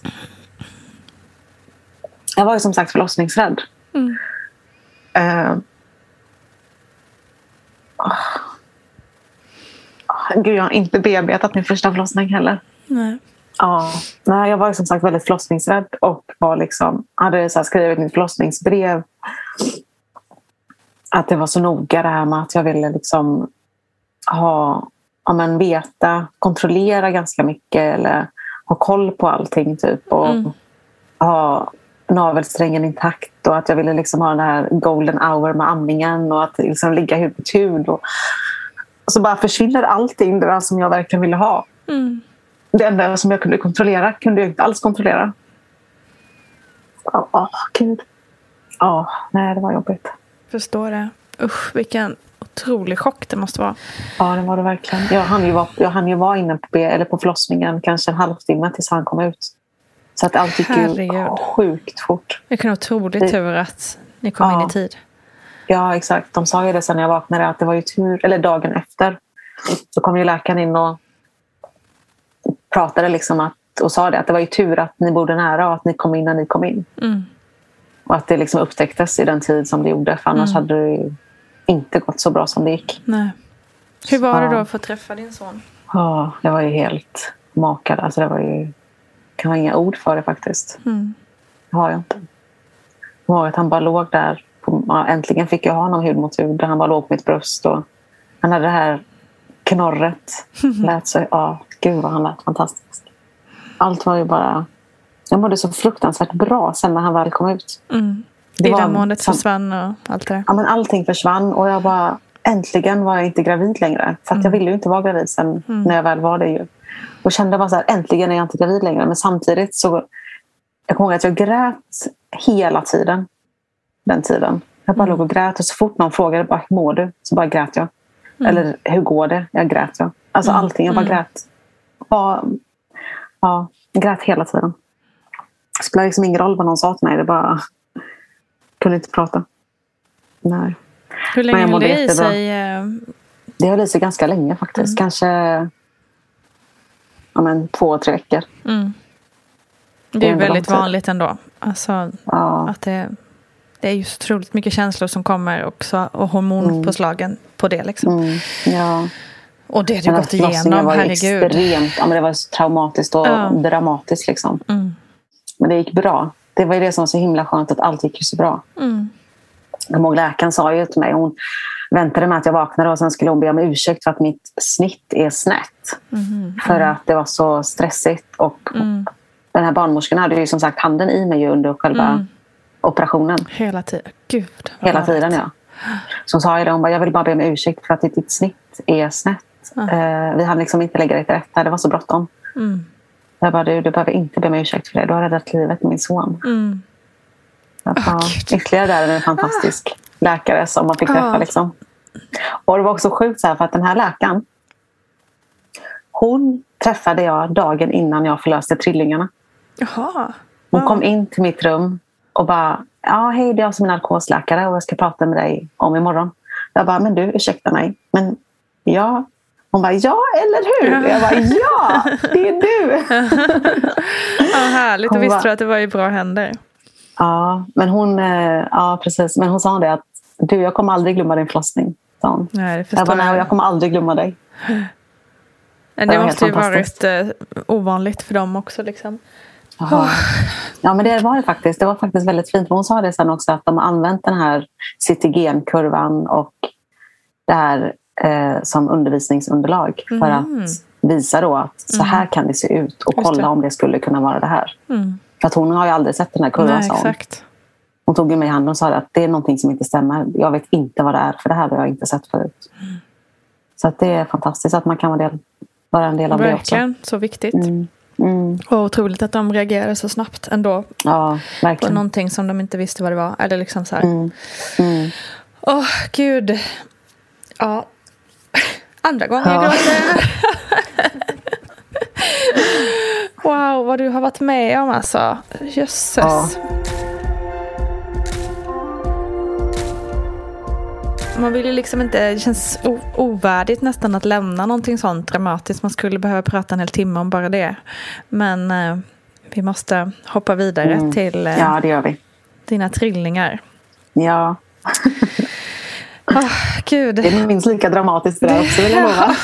jag var ju som sagt förlossningsrädd. Gud, jag har inte bearbetat min första förlossning heller. Nej, jag var ju som sagt väldigt förlossningsrädd och var liksom, hade så här skrivit mitt förlossningsbrev att det var så noga det här med att jag ville liksom veta, kontrollera ganska mycket eller ha koll på allting typ, och ha navelsträngen intakt, och att jag ville liksom ha den här golden hour med amningen och att liksom ligga hud på hud, och så bara försvinner allting det där som jag verkligen ville ha. Det enda som jag kunde kontrollera kunde jag inte alls kontrollera. Gud. Nej, det var jobbigt. Förstår det. Usch, vilken otrolig chock det måste vara. Ja, det var det verkligen. Jag hann ju vara inne på förlossningen kanske en halvtimme tills han kom ut. Så att allt gick ju sjukt fort. Vilken otrolig tur att ni kom in i tid. Ja, exakt. De sa ju det sen när jag vaknade, att det var ju tur. Eller dagen efter så kom ju läkaren in och pratade liksom och sa det, att det var ju tur att ni bodde nära och att ni kom in när ni kom in. Och att det liksom upptäcktes i den tid som det gjorde, för annars hade det ju inte gått så bra som det gick. Nej. Hur var det då att få träffa din son? Ja, det var ju helt makad. Alltså det var ju, kan ha inga ord för det faktiskt. Det har jag inte. Jag har att han bara låg där. Äntligen fick jag ha någon hud mot hud. Han bara låg på mitt bröst. Och han hade det här knorret. Lät så, gud vad han lät fantastiskt. Allt var ju bara... Jag mådde så fruktansvärt bra sen när han väl kom ut. Illamåendet försvann och allt det där. Ja, men allting försvann. Och jag bara... Äntligen var jag inte gravid längre. För att jag ville ju inte vara gravid sen när jag väl var det ju. Och kände bara så här, äntligen är jag inte gravid längre. Men samtidigt så... Jag kommer ihåg att jag grät hela tiden. Den tiden. Jag bara låg och grät. Och så fort någon frågade bara, hur mår du? Så bara grät jag. Eller hur går det? Jag grät jag. Alltså allting, jag bara grät. Ja, jag grät hela tiden. Det spelade liksom ingen roll vad någon sa till mig. Det bara... kunde inte prata. Nej. Hur länge höll det i sig? Det höll i sig ganska länge faktiskt. Kanske 2-3 veckor. Det är väldigt vanligt ändå. Alltså, att det är ju så otroligt mycket känslor som kommer också, och hormonpåslagen på det liksom. Ja. Och det du gått igenom, herregud. Extremt, men det var så traumatiskt och dramatiskt liksom. Men det gick bra. Det var ju det som var så himla skönt, att allt gick ju så bra. Läkaren sa ju till mig, hon väntade med att jag vaknade och sen skulle hon be om ursäkt för att mitt snitt är snett. För att det var så stressigt. Och den här barnmorskan hade ju som sagt handen i mig under själva operationen. Hela tiden. Gud. Hela tiden, ja. Så hon sa ju det, hon bara, jag vill bara be om ursäkt för att ditt snitt är snett. Vi hann liksom inte lägga det till rätta, det var så bråttom. Jag bara, du behöver inte be om ursäkt för det. Du har räddat livet med min son. Ytterligare där är en fantastisk läkare som man fick träffa liksom. Och det var också sjukt så här, för att den här läkaren, hon träffade jag dagen innan jag förlöste trillingarna. Hon kom in till mitt rum och bara, hej, det är jag som är narkosläkare och jag ska prata med dig om imorgon. Jag bara, men du, ursäkta mig, men ja. Hon bara, ja, eller hur? Jag bara, ja, det är du. Härligt, och visste du att det var i bra händer. Ja, men precis. Men hon sa det att jag kommer aldrig glömma din förlossning. Nej, det förstår jag kommer aldrig glömma dig. Det måste ju varit ovanligt för dem också liksom. Ja, men det var faktiskt väldigt fint. Hon sa det sen också, att de har använt den här cytogenkurvan och det här som undervisningsunderlag för att visa då att så här kan det se ut och kolla om det skulle kunna vara det här. För att hon har ju aldrig sett den här kurvan. Nej, exakt. Hon tog mig i handen och sa att det är någonting som inte stämmer. Jag vet inte vad det är, för det här har jag inte sett förut. Så att det är fantastiskt att man kan vara en del av det också. Verkligen, så viktigt. Och otroligt att de reagerade så snabbt ändå. Ja, verkligen. På någonting som de inte visste vad det var. Eller liksom så här. Gud. Ja. Andra gånger jag gråter. Wow, vad du har varit med om alltså. Jösses. Man vill ju liksom inte, det känns ovärdigt nästan att lämna någonting sånt dramatiskt. Man skulle behöva prata en hel timme om bara det. Men vi måste hoppa vidare till ja, det gör vi. Dina trillingar. Ja. Gud. Det är minst lika dramatiskt för det också, vill jag lova.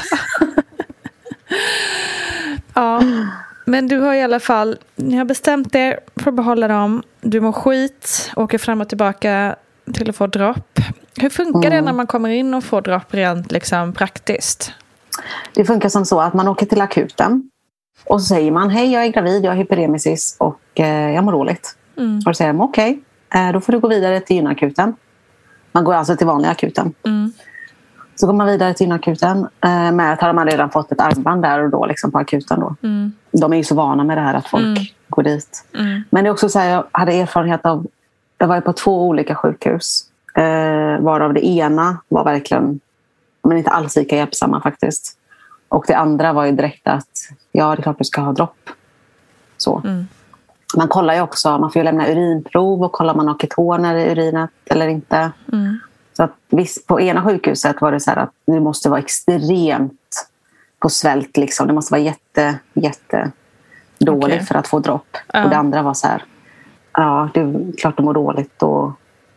Ja, men du har i alla fall, ni har bestämt er för att behålla dem. Du mår skit, åker fram och tillbaka till att få dropp. Hur funkar det när man kommer in och får dropp rent liksom praktiskt? Det funkar som så att man åker till akuten och så säger man, hej, jag är gravid, jag har hyperemesis och jag mår dåligt. Och då säger de, okej, då får du gå vidare till gynakuten. Man går alltså till vanliga akuten. Så går man vidare till akuten med att man redan fått ett armband där och då liksom på akuten då. De är ju så vana med det här att folk går dit. Men det är också så här, jag hade erfarenhet av, jag var på 2 olika sjukhus. Varav det ena var verkligen, men inte alls lika hjälpsamma faktiskt. Och det andra var ju direkt att, ja, det är klart du ska ha dropp. Så. Man kollar ju också, man får ju lämna urinprov och kolla om man har ketoner i urinet eller inte. Så att på ena sjukhuset var det så här att du måste vara extremt på svält liksom. Det måste vara jättedålig för att få dropp. Och det andra var så här, det är klart de mår dåligt. Och,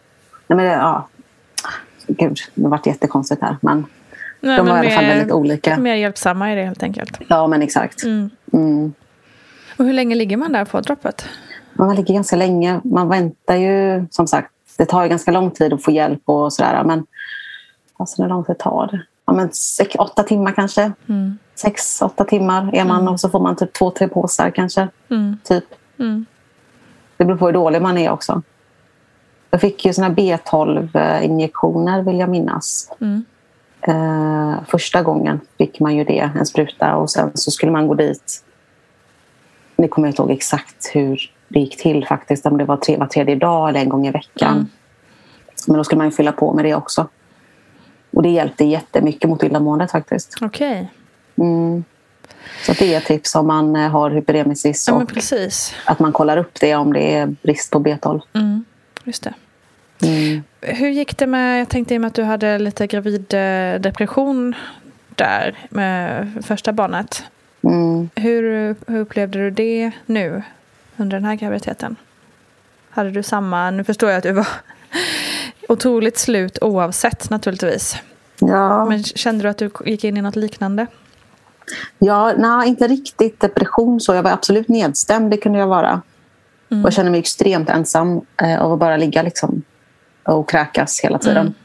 gud, det har varit jättekonstigt här. Men de var i alla fall väldigt olika. Mer hjälpsamma är det helt enkelt. Ja, men exakt. Och hur länge ligger man där på droppet? Man ligger ganska länge. Man väntar ju, som sagt, det tar ju ganska lång tid att få hjälp och sådär. Men hur lång tid tar det? 8 timmar kanske. 6-8 timmar är man och så får man typ 2-3 påsar kanske. Typ. Det beror på hur dålig man är också. Jag fick ju såna B12-injektioner vill jag minnas. Första gången fick man ju det, en spruta. Och sen så skulle man gå dit. Ni kommer inte ihåg exakt hur det gick till faktiskt. Om det var var tredje dag eller en gång i veckan. Men då skulle man ju fylla på med det också. Och det hjälpte jättemycket mot illamåendet faktiskt. Okej. Så det är ett tips om man har hyperemesis. Ja, men precis. Att man kollar upp det om det är brist på B12. Just det. Hur gick det med, jag tänkte i och med att du hade lite graviddepression där med första barnet. Hur upplevde du det nu under den här graviditeten? Hade du samma, nu förstår jag att du var otroligt slut oavsett naturligtvis. Ja. Men kände du att du gick in i något liknande? Ja, nej, inte riktigt depression så. Jag var absolut nedstämd, det kunde jag vara. Och jag kände mig extremt ensam av att bara ligga liksom och kräkas hela tiden.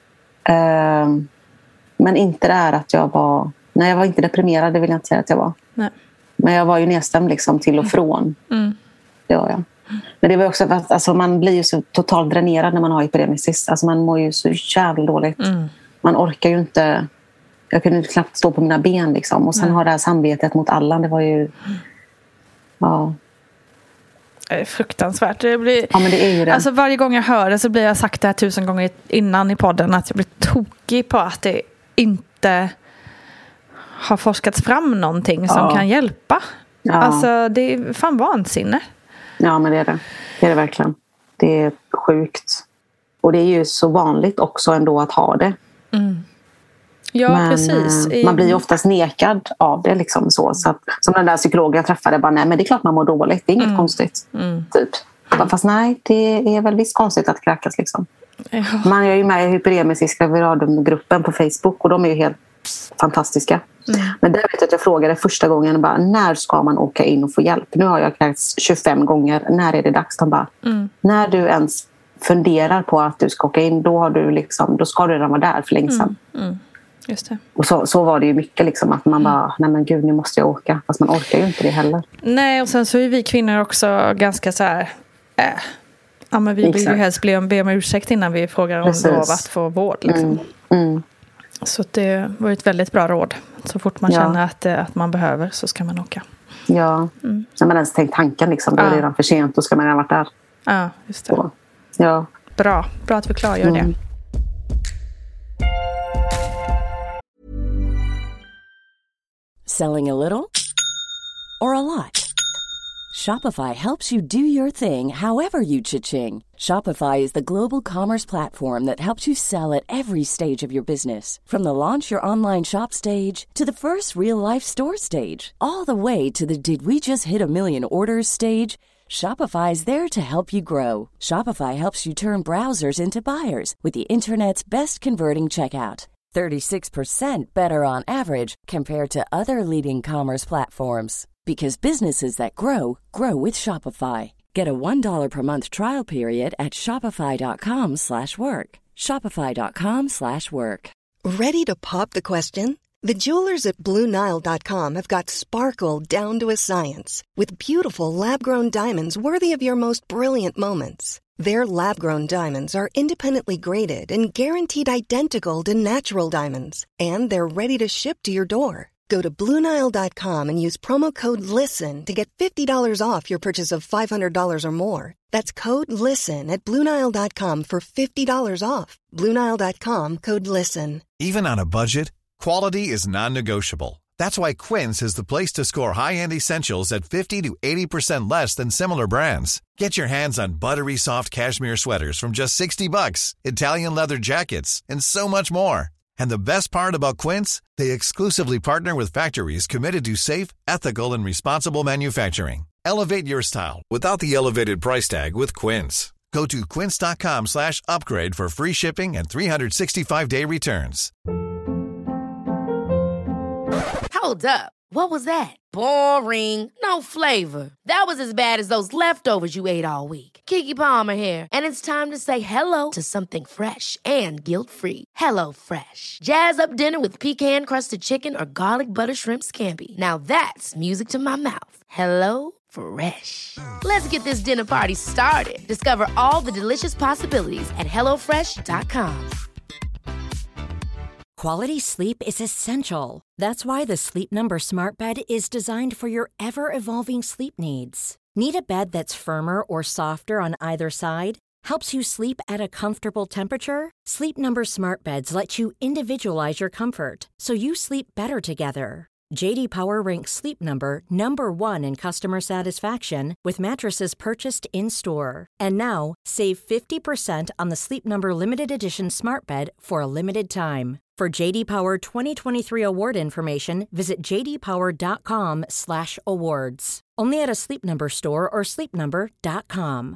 Men inte det här att jag var... Nej, jag var inte deprimerad, det vill jag inte säga att jag var. Nej. Men jag var ju nedstämd liksom till och från. Det var jag. Men det var också att alltså, man blir ju så totalt dränerad när man har hyperemesis. Alltså man mår ju så jävla dåligt. Man orkar ju inte... Jag kunde knappt stå på mina ben liksom. Och sen har det här samvetet mot alla. Det var ju... Ja... Fruktansvärt. Det blir, ja, men det är ju det. Alltså varje gång jag hör det så blir jag sagt det här 1000 gånger innan i podden att jag blir tokig på att det inte har forskats fram någonting som kan hjälpa. Ja. Alltså det är fan vansinne. Ja, men det är det. Det är det verkligen. Det är sjukt. Och det är ju så vanligt också ändå att ha det. Ja, men, precis. Man blir ju oftast nekad av det liksom så att, som den där psykologen jag träffade bara, nej men det är klart man mår dåligt, det är inget konstigt typ. Fast nej, det är väl visst konstigt att kräkas liksom. Man är ju med i hyperemesiska gravidgruppen på Facebook och de är ju helt fantastiska. Men där vet jag att jag frågade första gången bara, när ska man åka in och få hjälp? Nu har jag kräkts 25 gånger, när är det dags? De bara, när du ens funderar på att du ska åka in, då har du liksom, då ska du redan vara där för länge sedan. Just det. Och så var det ju mycket liksom, att man bara, nej men gud, nu måste jag åka. Fast man orkar ju inte det heller. Nej, och sen så är vi kvinnor också ganska så här, ja men vi vill ju helst be om ursäkt innan vi frågar om lov att få vård liksom. Så det var ett väldigt bra råd. Så fort man känner att man behöver så ska man åka. Ja, när man ens tänkt tanken liksom, då är det redan för sent, då ska man redan varit där. Ja, just det. Så, ja. Bra att vi klargör det. Selling a little or a lot? Shopify helps you do your thing however you cha-ching. Shopify is the global commerce platform that helps you sell at every stage of your business. From the launch your online shop stage to the first real-life store stage, all the way to the did we just hit a million orders stage. Shopify is there to help you grow. Shopify helps you turn browsers into buyers with the internet's best converting checkout. 36% better on average compared to other leading commerce platforms. Because businesses that grow, grow with Shopify. Get a $1 per month trial period at shopify.com/work. Shopify.com/work. Ready to pop the question? The jewelers at BlueNile.com have got sparkle down to a science with beautiful lab-grown diamonds worthy of your most brilliant moments. Their lab-grown diamonds are independently graded and guaranteed identical to natural diamonds. And they're ready to ship to your door. Go to BlueNile.com and use promo code LISTEN to get $50 off your purchase of $500 or more. That's code LISTEN at BlueNile.com for $50 off. BlueNile.com, code LISTEN. Even on a budget, quality is non-negotiable. That's why Quince is the place to score high-end essentials at 50 to 80% less than similar brands. Get your hands on buttery soft cashmere sweaters from just $60, Italian leather jackets, and so much more. And the best part about Quince, they exclusively partner with factories committed to safe, ethical, and responsible manufacturing. Elevate your style without the elevated price tag with Quince. Go to quince.com/upgrade for free shipping and 365-day returns. Hold up. What was that? Boring. No flavor. That was as bad as those leftovers you ate all week. Keke Palmer here, and it's time to say hello to something fresh and guilt-free. Hello Fresh. Jazz up dinner with pecan-crusted chicken or garlic butter shrimp scampi. Now that's music to my mouth. Hello Fresh. Let's get this dinner party started. Discover all the delicious possibilities at hellofresh.com. Quality sleep is essential. That's why the Sleep Number Smart Bed is designed for your ever-evolving sleep needs. Need a bed that's firmer or softer on either side? Helps you sleep at a comfortable temperature? Sleep Number Smart Beds let you individualize your comfort, so you sleep better together. J.D. Power ranks Sleep Number #1 in customer satisfaction with mattresses purchased in-store. And now, save 50% on the Sleep Number Limited Edition Smart Bed for a limited time. For J.D. Power 2023 award information, visit jdpower.com/awards. Only at a Sleep Number store or sleepnumber.com.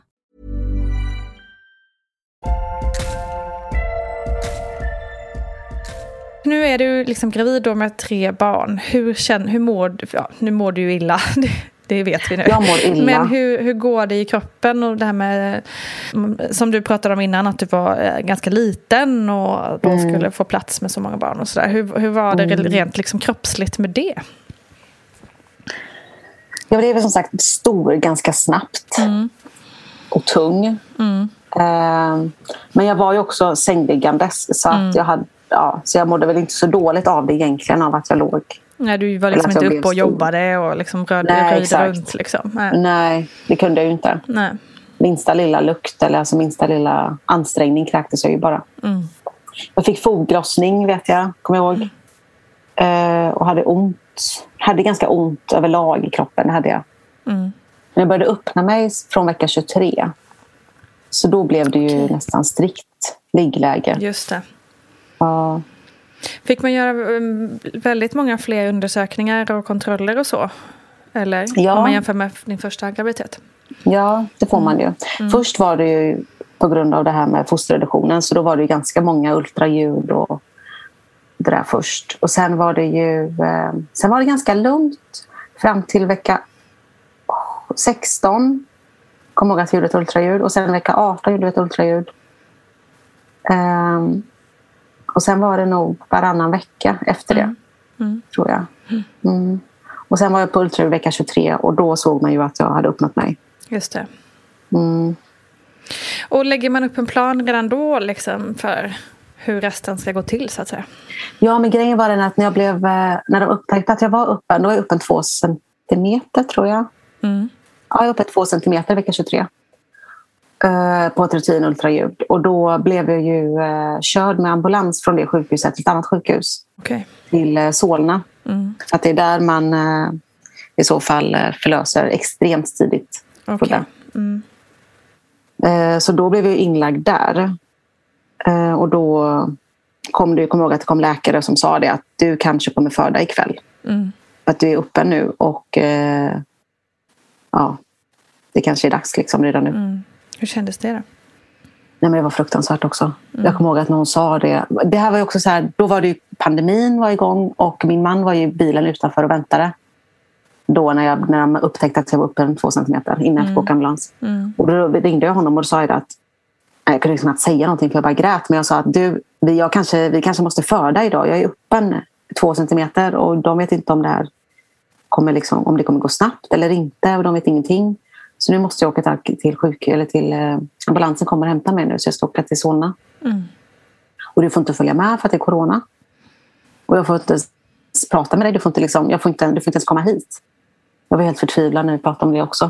Nu är du liksom gravid då med 3 barn. Hur mår du? Ja, nu mår du ju illa. Det vet vi nu. Jag mår illa. Men hur går det i kroppen? Och det här med, som du pratade om innan, att du var ganska liten och då skulle få plats med så många barn och sådär. Hur var det rent liksom kroppsligt med det? Jag blev som sagt stor ganska snabbt. Och tung. Men jag var ju också sängliggandes. Så att så jag mådde väl inte så dåligt av det egentligen, av att jag låg. Nej, du var liksom inte uppe och jobbade och liksom rörde runt liksom. Nej, det kunde jag ju inte. Nej. Minsta lilla lukt eller alltså minsta lilla ansträngning kräktes jag ju bara. Jag fick foggrossning, vet jag, kommer jag ihåg. Och hade ganska ont överlag i kroppen, hade jag. Men jag började öppna mig från vecka 23. Så då blev det ju nästan strikt liggläge. Just det. Ja. Fick man göra väldigt många fler undersökningar och kontroller och så? Eller om man jämför med din första graviditet? Ja, det får man ju. Först var det ju på grund av det här med fosterreduktionen, så då var det ju ganska många ultraljud och det där först. Och sen var det ju ganska lugnt fram till vecka 16. Kom ihåg att jag gjorde ett ultraljud. Och sen vecka 18 gjorde jag ett ultraljud. Och sen var det nog varannan vecka efter det, tror jag. Och sen var jag på ultraljud vecka 23 och då såg man ju att jag hade öppnat mig. Just det. Och lägger man upp en plan redan då liksom för hur resten ska gå till, så att säga? Ja, men grejen var den att när de upptäckte att jag var öppen, då var jag öppen 2 centimeter, tror jag. Ja, jag var öppen 2 centimeter vecka 23. På ett rutinultraljud. Och då blev jag ju körd med ambulans från det sjukhuset till ett annat sjukhus. Till Solna. För att det är där man i så fall förlöser extremt tidigt. Så då blev jag inlagd där. Och då kom jag ihåg att det kom läkare som sa det, att du kanske kommer föda ikväll. För att du är uppe nu och det kanske är dags liksom redan nu. Hur kändes det då? Nej, men det var fruktansvärt också. Jag kommer ihåg att någon sa det. Det här var ju också så här, då var det ju pandemin var igång och min man var ju i bilen utanför och väntade. Då när de upptäckte att jag var uppe 2 centimeter innan jag fick åka ambulans. Och då ringde jag honom och sa att jag kunde liksom inte säga någonting för jag bara grät. Men jag sa att vi kanske måste föda idag. Jag är öppen 2 centimeter och de vet inte om det här kommer liksom, om det kommer gå snabbt eller inte. Och de vet ingenting. Så nu måste jag åka till ambulansen kommer och hämta mig nu. Så jag ska åka till Solna. Och du får inte följa med för att det är corona. Och jag får inte prata med dig. Du får inte ens komma hit. Jag var helt förtvivlad när vi pratade om det också.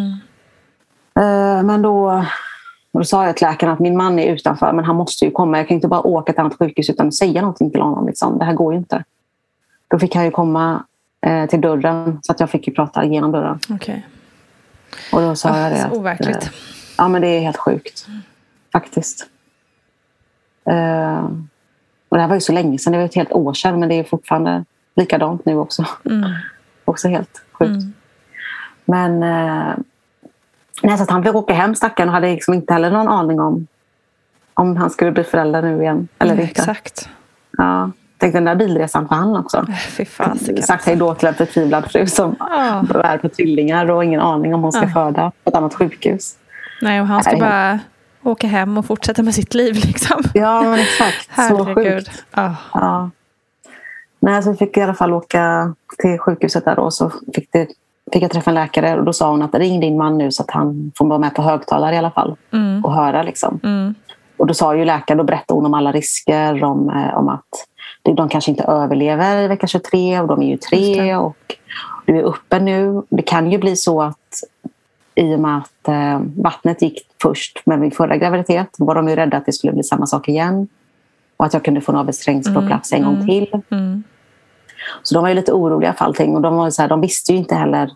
Men då sa jag till läkaren att min man är utanför. Men han måste ju komma. Jag kan inte bara åka till ett annat sjukhus utan att säga någonting till honom. Liksom. Det här går ju inte. Då fick han ju komma till dörren. Så att jag fick ju prata genom dörren. Okej. Och då sa jag det att, overkligt. Ja, men det är helt sjukt. Faktiskt. Och det här var ju så länge sedan, det var ett helt år sedan, men det är fortfarande likadant nu också. Också helt sjukt. Men så att han fick åka hem, stackaren, och hade liksom inte heller någon aning om han skulle bli förälder nu igen eller inte. Exakt. Ja, tänk den där bilresan för han också. Fy fan. Sagt hej då till en förtvivlad fru som bär på tvillingar och ingen aning om hon ska föda på ett annat sjukhus. Nej, och han ska bara åka hem och fortsätta med sitt liv liksom. Ja, men exakt. Så sjukt. Ja. Nej, så fick jag i alla fall åka till sjukhuset där då, så fick jag träffa en läkare, och då sa hon att ring din man nu så att han får vara med på högtalare i alla fall och höra liksom. Och då sa ju läkaren, då berättade hon om alla risker om att de kanske inte överlever i vecka 23 och de är ju 3 och du är uppe nu. Det kan ju bli så att i och med att vattnet gick först med min förra graviditet var de ju rädda att det skulle bli samma sak igen och att jag kunde få en avsträngningsplats en gång till. Så de var ju lite oroliga för allting, och de var så här, de visste ju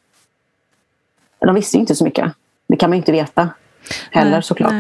inte så mycket. Det kan man ju inte veta heller, såklart.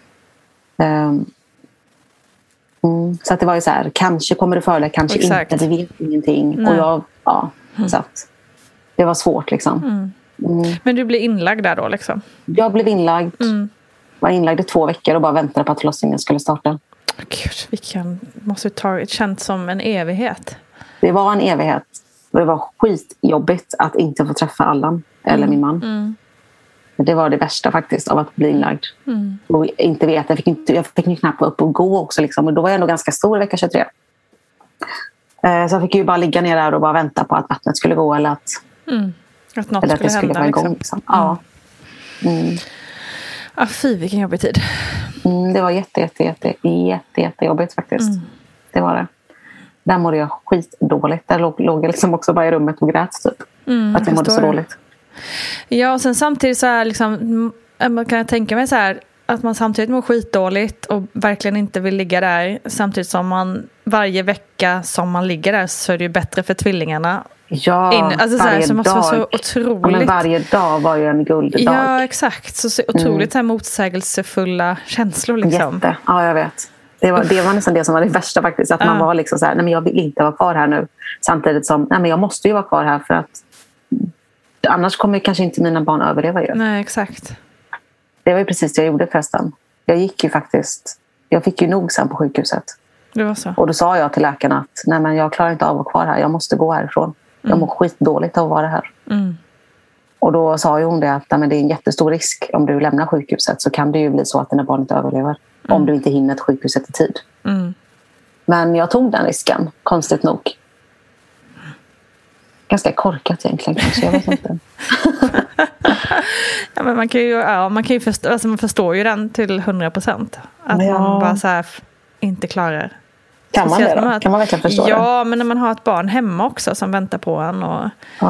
Så att det var ju så här, kanske kommer det före, kanske inte, det vet ingenting. Och så att det var svårt liksom. Men du blev inlagd där då liksom? Jag blev inlagd. Var inlagd i 2 veckor och bara väntade på att förlossningen skulle starta. Gud, måste ha känt som en evighet. Det var en evighet. Och det var skitjobbigt att inte få träffa Allan eller min man. Det var det värsta faktiskt av att bli inlagd. Och inte veta. Jag fick ju knappt vara upp och gå också. Liksom. Och då var jag ändå ganska stor vecka 23. Så jag fick ju bara ligga ner där och bara vänta på att vattnet skulle gå. Eller att något eller skulle hända. Vara igång, liksom. Ja. Fy, vilken jobbig tid. Det var jättejobbigt faktiskt. Det var det. Där mådde jag skitdåligt. Där låg jag liksom också bara i rummet och grät typ. Att jag mådde så dåligt. Ja, och sen samtidigt så här liksom, kan jag tänka mig så här att man samtidigt mår skitdåligt och verkligen inte vill ligga där, samtidigt som man varje vecka som man ligger där så är det ju bättre för tvillingarna. Ja, alltså så här, så måste vara så otroligt. Ja, men varje dag var ju en gulddag. Ja, exakt. Så otroligt så här motsägelsefulla känslor liksom. Ja, jag vet. Det var nästan det som var det värsta faktiskt. Att man var liksom så här, nej men jag vill inte vara kvar här nu. Samtidigt som, nej men jag måste ju vara kvar här för att annars kommer kanske inte mina barn överleva ju. Nej, exakt. Det var ju precis det jag gjorde förresten. Jag fick ju nog sen på sjukhuset. Det var så. Och då sa jag till läkaren att nej men jag klarar inte av att vara kvar här. Jag måste gå härifrån. Jag mår skitdåligt av att vara här. Och då sa ju hon det att nej, men det är en jättestor risk om du lämnar sjukhuset, så kan det ju bli så att dina barn inte överlever. Om du inte hinner till sjukhuset i tid. Men jag tog den risken, konstigt nog. Ganska korkat egentligen kanske, jag vet inte. Ja, men man kan ju förstå, alltså man förstår ju den till 100%. Att man bara så här inte klarar. Kan man det då? Kan man verkligen förstå det? Ja, men när man har ett barn hemma också som väntar på en. Och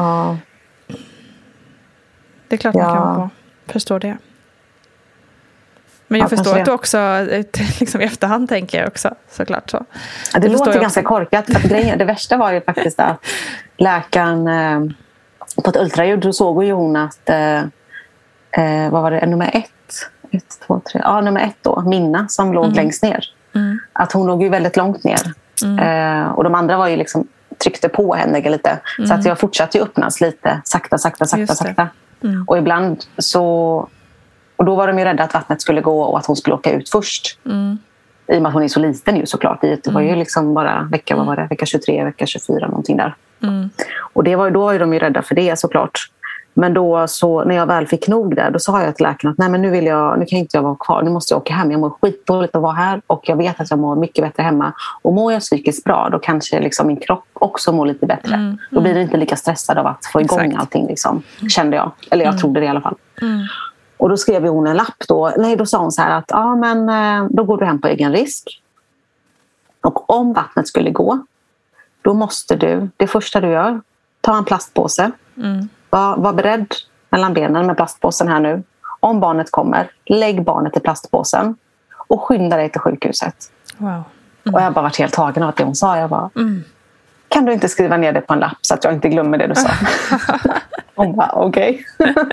det är klart man kan förstå det. Men jag förstår att du också liksom i efterhand tänker jag också, såklart så. Ja, det låter ganska korkat. För att det värsta var ju faktiskt att läkaren på ett ultraljud, då såg ju hon att vad var det, nummer 1, 2, 3, nummer 1 då, Minna som låg längst ner. Att hon låg ju väldigt långt ner. Och de andra var ju liksom tryckte på henne lite. Så att jag fortsatte ju öppnas lite sakta. Och ibland så, och då var de ju rädda att vattnet skulle gå och att hon skulle åka ut först. I och med att hon är så liten ju såklart. Det var ju liksom bara vecka 23, vecka 24 någonting där. Och då var ju de ju rädda för det såklart. Men då så när jag väl fick nog där, då sa jag till läkaren att nej men nu kan inte jag vara kvar. Nu måste jag åka hem. Jag mår skitdåligt att vara här och jag vet att jag mår mycket bättre hemma. Och mår jag psykiskt bra, då kanske liksom min kropp också mår lite bättre. Då blir det inte lika stressad av att få igång allting liksom, kände jag. Eller jag trodde det i alla fall. Och då skrev hon en lapp då. Nej, då sa hon så här att då går du hem på egen risk. Och om vattnet skulle gå, då måste du, det första du gör, ta en plastpåse. Var beredd mellan benen med plastpåsen här nu. Om barnet kommer, lägg barnet i plastpåsen och skynda dig till sjukhuset. Wow. Och jag bara varit helt tagen av det hon sa. Jag bara, kan du inte skriva ner det på en lapp så att jag inte glömmer det du sa? Hon bara, okej.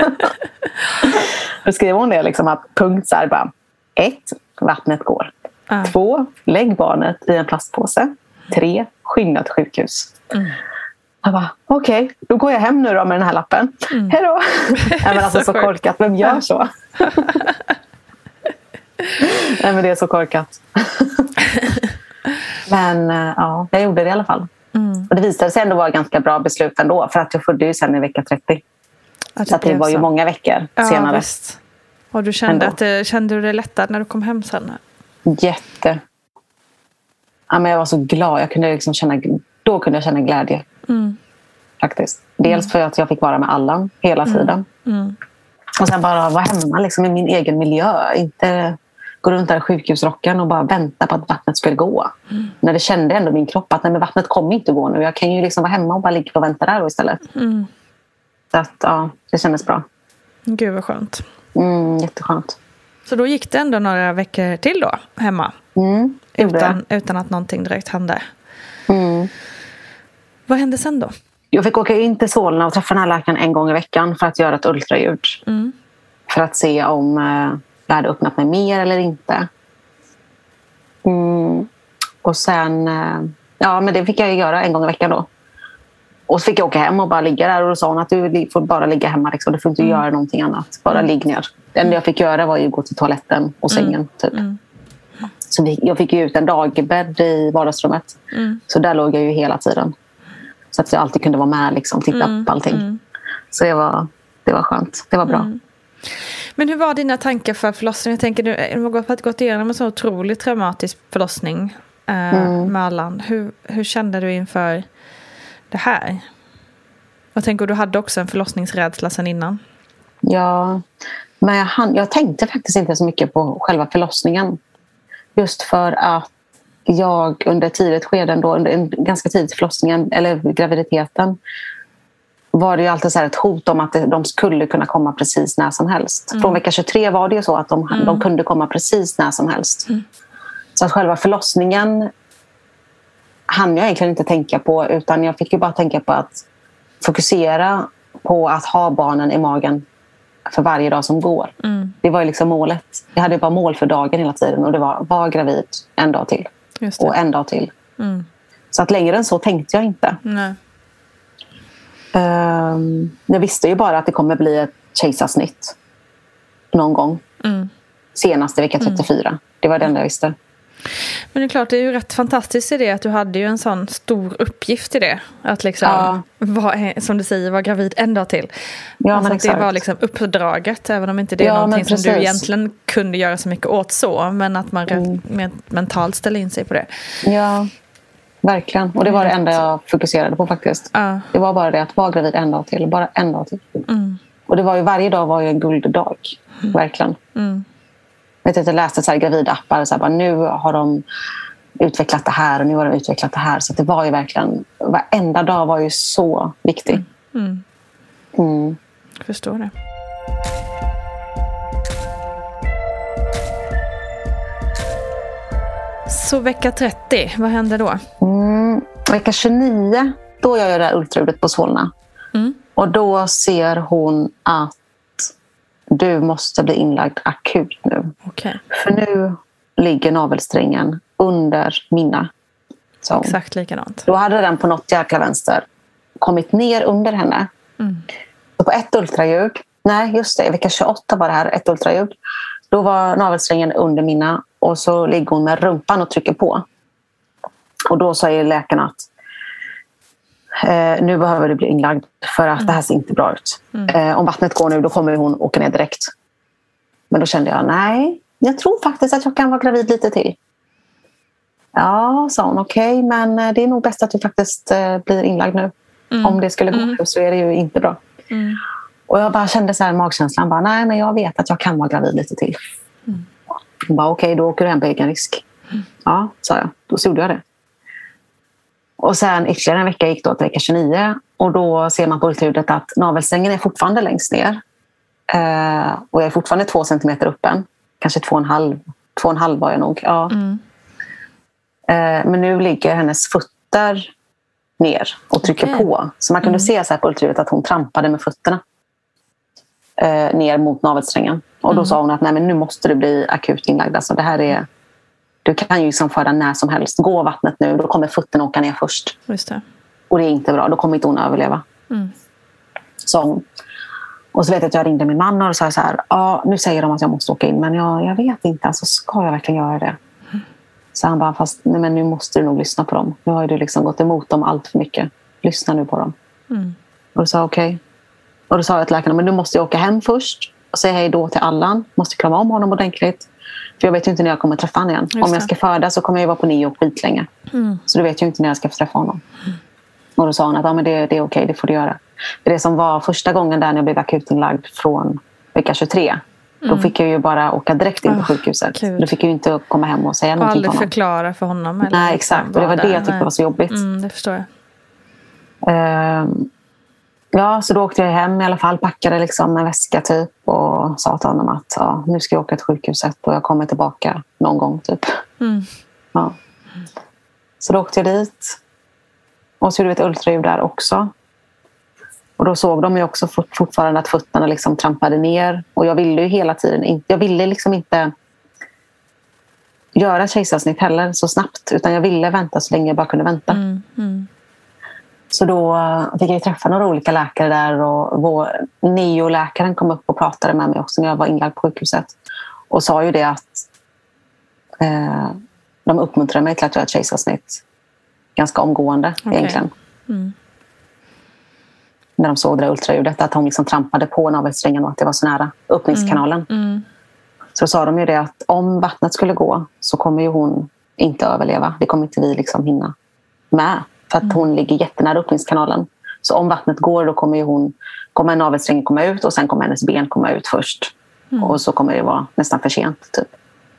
Då skrev hon det liksom att punkt så här bara, 1, vattnet går. 2, lägg barnet i en plastpåse. 3, skynda till sjukhus. Jag bara, okej, då går jag hem nu då med den här lappen. Hej då! Nej, men alltså så korkat, vem gör så? Nej, men det är så korkat. Men ja, jag gjorde det i alla fall. Och det visade sig ändå vara ganska bra beslut ändå. För att jag födde ju sen i vecka 30. Så att det var ju många veckor senare. Visst. Och du kände kände du det lättare när du kom hem sen? Jätte. Ja, men jag var så glad. Jag kunde liksom då kunde jag känna glädje. Faktiskt. Dels för att jag fick vara med Allan hela tiden. Och sen bara vara hemma liksom, i min egen miljö. Inte gå runt där i sjukhusrocken och bara vänta på att vattnet skulle gå. När det kände ändå min kropp att nej, men vattnet kommer inte gå nu. Jag kan ju liksom vara hemma och bara ligga och vänta där istället. Så att, ja, det kändes bra. Gud vad skönt. Jätteskönt. Så då gick det ändå några veckor till då, hemma? Utan att någonting direkt hände. Vad hände sen då? Jag fick åka in till Solna och träffa den här läkaren en gång i veckan för att göra ett ultraljud. För att se om jag hade öppnat mig mer eller inte. Och sen, ja men det fick jag göra en gång i veckan då. Och så fick jag åka hem och bara ligga där och då sa hon att du får bara ligga hemma liksom. Du får inte göra någonting annat, bara ligg ner. Det enda jag fick göra var ju gå till toaletten och sängen typ. Så jag fick ju ut en dagbädd i vardagsrummet. Så där låg jag ju hela tiden. Så att jag alltid kunde vara med liksom, titta på allting. Så det var skönt, det var bra. Men hur var dina tankar för förlossningen? Jag tänker, du har gått igenom en så otroligt traumatisk förlossning med Allan. Hur kände du inför det här? Jag tänker, du hade också en förlossningsrädsla sedan innan. Ja, men jag tänkte faktiskt inte så mycket på själva förlossningen. Just för att jag under ett tidigt skede ändå, under en ganska tidigt förlossningen eller graviditeten, var det ju alltid så här ett hot om att de skulle kunna komma precis när som helst. Från vecka 23 var det ju så att de kunde komma precis när som helst. Så att själva förlossningen hann jag egentligen inte tänka på, utan jag fick ju bara tänka på att fokusera på att ha barnen i magen för varje dag som går. Det var ju liksom målet. Jag hade bara mål för dagen hela tiden och det var gravid en dag till. Och en dag till. Så att längre än så tänkte jag inte. Nej. Jag visste ju bara att det kommer bli ett kejsarsnitt någon gång. Senast i vecka 34. Det var det enda jag visste. Men det är klart, det är ju rätt fantastiskt i det att du hade ju en sån stor uppgift i det. Att liksom, som du säger, vara gravid en dag till. Ja, alltså men att det var liksom uppdraget, även om inte det är någonting som du egentligen kunde göra så mycket åt så. Men att man mentalt ställer in sig på det. Ja, verkligen. Och det var det enda jag fokuserade på faktiskt. Det var bara det att vara gravid en dag till. Bara en dag till. Och det var ju, varje dag var ju en gulddag. Verkligen. Jag läste så här gravidappar så här, bara, nu har de utvecklat det här och nu har de utvecklat det här. Så det var ju verkligen, varenda dag var ju så viktig. Jag förstår det. Så vecka 30, vad hände då? Vecka 29, då gör jag det här ultraljudet på Solna. Och då ser hon att du måste bli inlagd akut nu. Okay. För nu ligger navelsträngen under Minna. Så exakt likadant. Då hade den på något jäkla vänster kommit ner under henne. Så på ett ultraljud, nej just det, vecka 28 var det här, ett ultraljud. Då var navelsträngen under Minna och så ligger hon med rumpan och trycker på. Och då säger läkaren att nu behöver du bli inlagd för att det här ser inte bra ut. Om vattnet går nu, då kommer hon åka ner direkt. Men då kände jag, nej, jag tror faktiskt att jag kan vara gravid lite till. Ja, sa hon, okej, men det är nog bäst att du faktiskt blir inlagd nu. Om det skulle gå så är det ju inte bra. Och jag bara kände så här magkänslan, bara, nej men jag vet att jag kan vara gravid lite till. Hon bara, okej, då åker du hem på egen risk. Ja, sa jag. Då så gjorde jag det. Och sen ytterligare en vecka gick då till vecka 29. Och då ser man på ultraljudet att navelsträngen är fortfarande längst ner. Och jag är fortfarande 2 centimeter öppen. Kanske 2,5 var jag nog. Ja. Men nu ligger hennes fötter ner och trycker på. Så man kunde se så här på ultraljudet att hon trampade med fötterna ner mot navelsträngen. Och då sa hon att nej, men nu måste du bli akut inlagd. Alltså det här är du kan ju liksom föda när som helst. Gå vattnet nu, då kommer foten åka ner först. Just det. Och det är inte bra, då kommer inte hon överleva. Sa hon. Och så vet jag att jag ringde min man och sa så här, ja, nu säger de att jag måste åka in, men jag vet inte, alltså ska jag verkligen göra det? Så han bara, fast nej, men nu måste du nog lyssna på dem. Nu har du liksom gått emot dem allt för mycket. Lyssna nu på dem. Och då sa okej. Och då sa jag till läkaren, men du måste åka hem först och säga hej då till Allan. Måste krama om honom ordentligt. För jag vet ju inte när jag kommer träffa honom igen. Om jag ska föda så kommer jag vara på Neo skitlänge. Så du vet ju inte när jag ska träffa honom. Och då sa han att ja, men det är okej, det får du göra. Det som var första gången där när jag blev akutinlagd från vecka 23. Då fick jag ju bara åka direkt in på sjukhuset. Då fick jag ju inte komma hem och säga någonting till honom. Och aldrig förklara för honom. Eller nej, exakt. Och det var det jag tyckte var så jobbigt. Det förstår jag. Ja, så då åkte jag hem i alla fall. Packade liksom en väska typ. Och sa till honom att ja, nu ska jag åka till sjukhuset. Och jag kommer tillbaka någon gång typ. Ja. Så då åkte jag dit. Och så gjorde vi ett ultraljud där också. Och då såg de ju också fortfarande att fötterna liksom trampade ner. Och jag ville ju hela tiden jag ville liksom inte göra kejsarsnitt heller så snabbt. Utan jag ville vänta så länge jag bara kunde vänta. Så då fick jag träffa några olika läkare där. Och vår neoläkaren kom upp och pratade med mig också när jag var inlagd på sjukhuset. Och sa ju det att de uppmuntrade mig till att göra ett kejsarsnitt ganska omgående egentligen. När de såg det där ultraljudet, att hon liksom trampade på navelsträngen och att det var så nära öppningskanalen. Så sa de ju det att om vattnet skulle gå så kommer ju hon inte överleva. Det kommer inte vi liksom hinna med. För att hon ligger jättenära öppningskanalen. Så om vattnet går då kommer navelsträngen komma ut och sen kommer hennes ben komma ut först. Och så kommer det vara nästan för sent typ.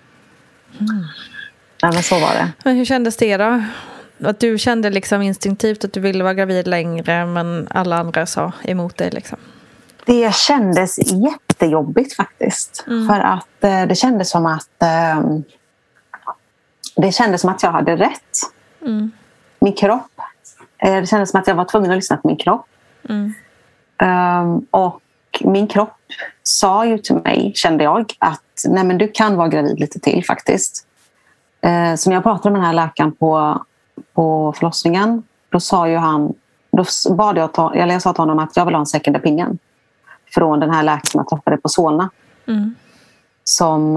Ja, men så var det. Men hur kändes det då? Att du kände liksom instinktivt att du ville vara gravid längre, men alla andra sa emot dig liksom? Det kändes jättejobbigt faktiskt. För att det kändes som att jag hade rätt. Min kropp. Det kändes som att jag var tvungen att lyssna på min kropp. Och min kropp sa ju till mig, kände jag, att nej, men du kan vara gravid lite till faktiskt. Så när jag pratade med den här läkaren på förlossningen, då sa ju han, då bad jag sa till honom att jag vill ha en second opinion från den här läkaren jag träffade på Solna. Som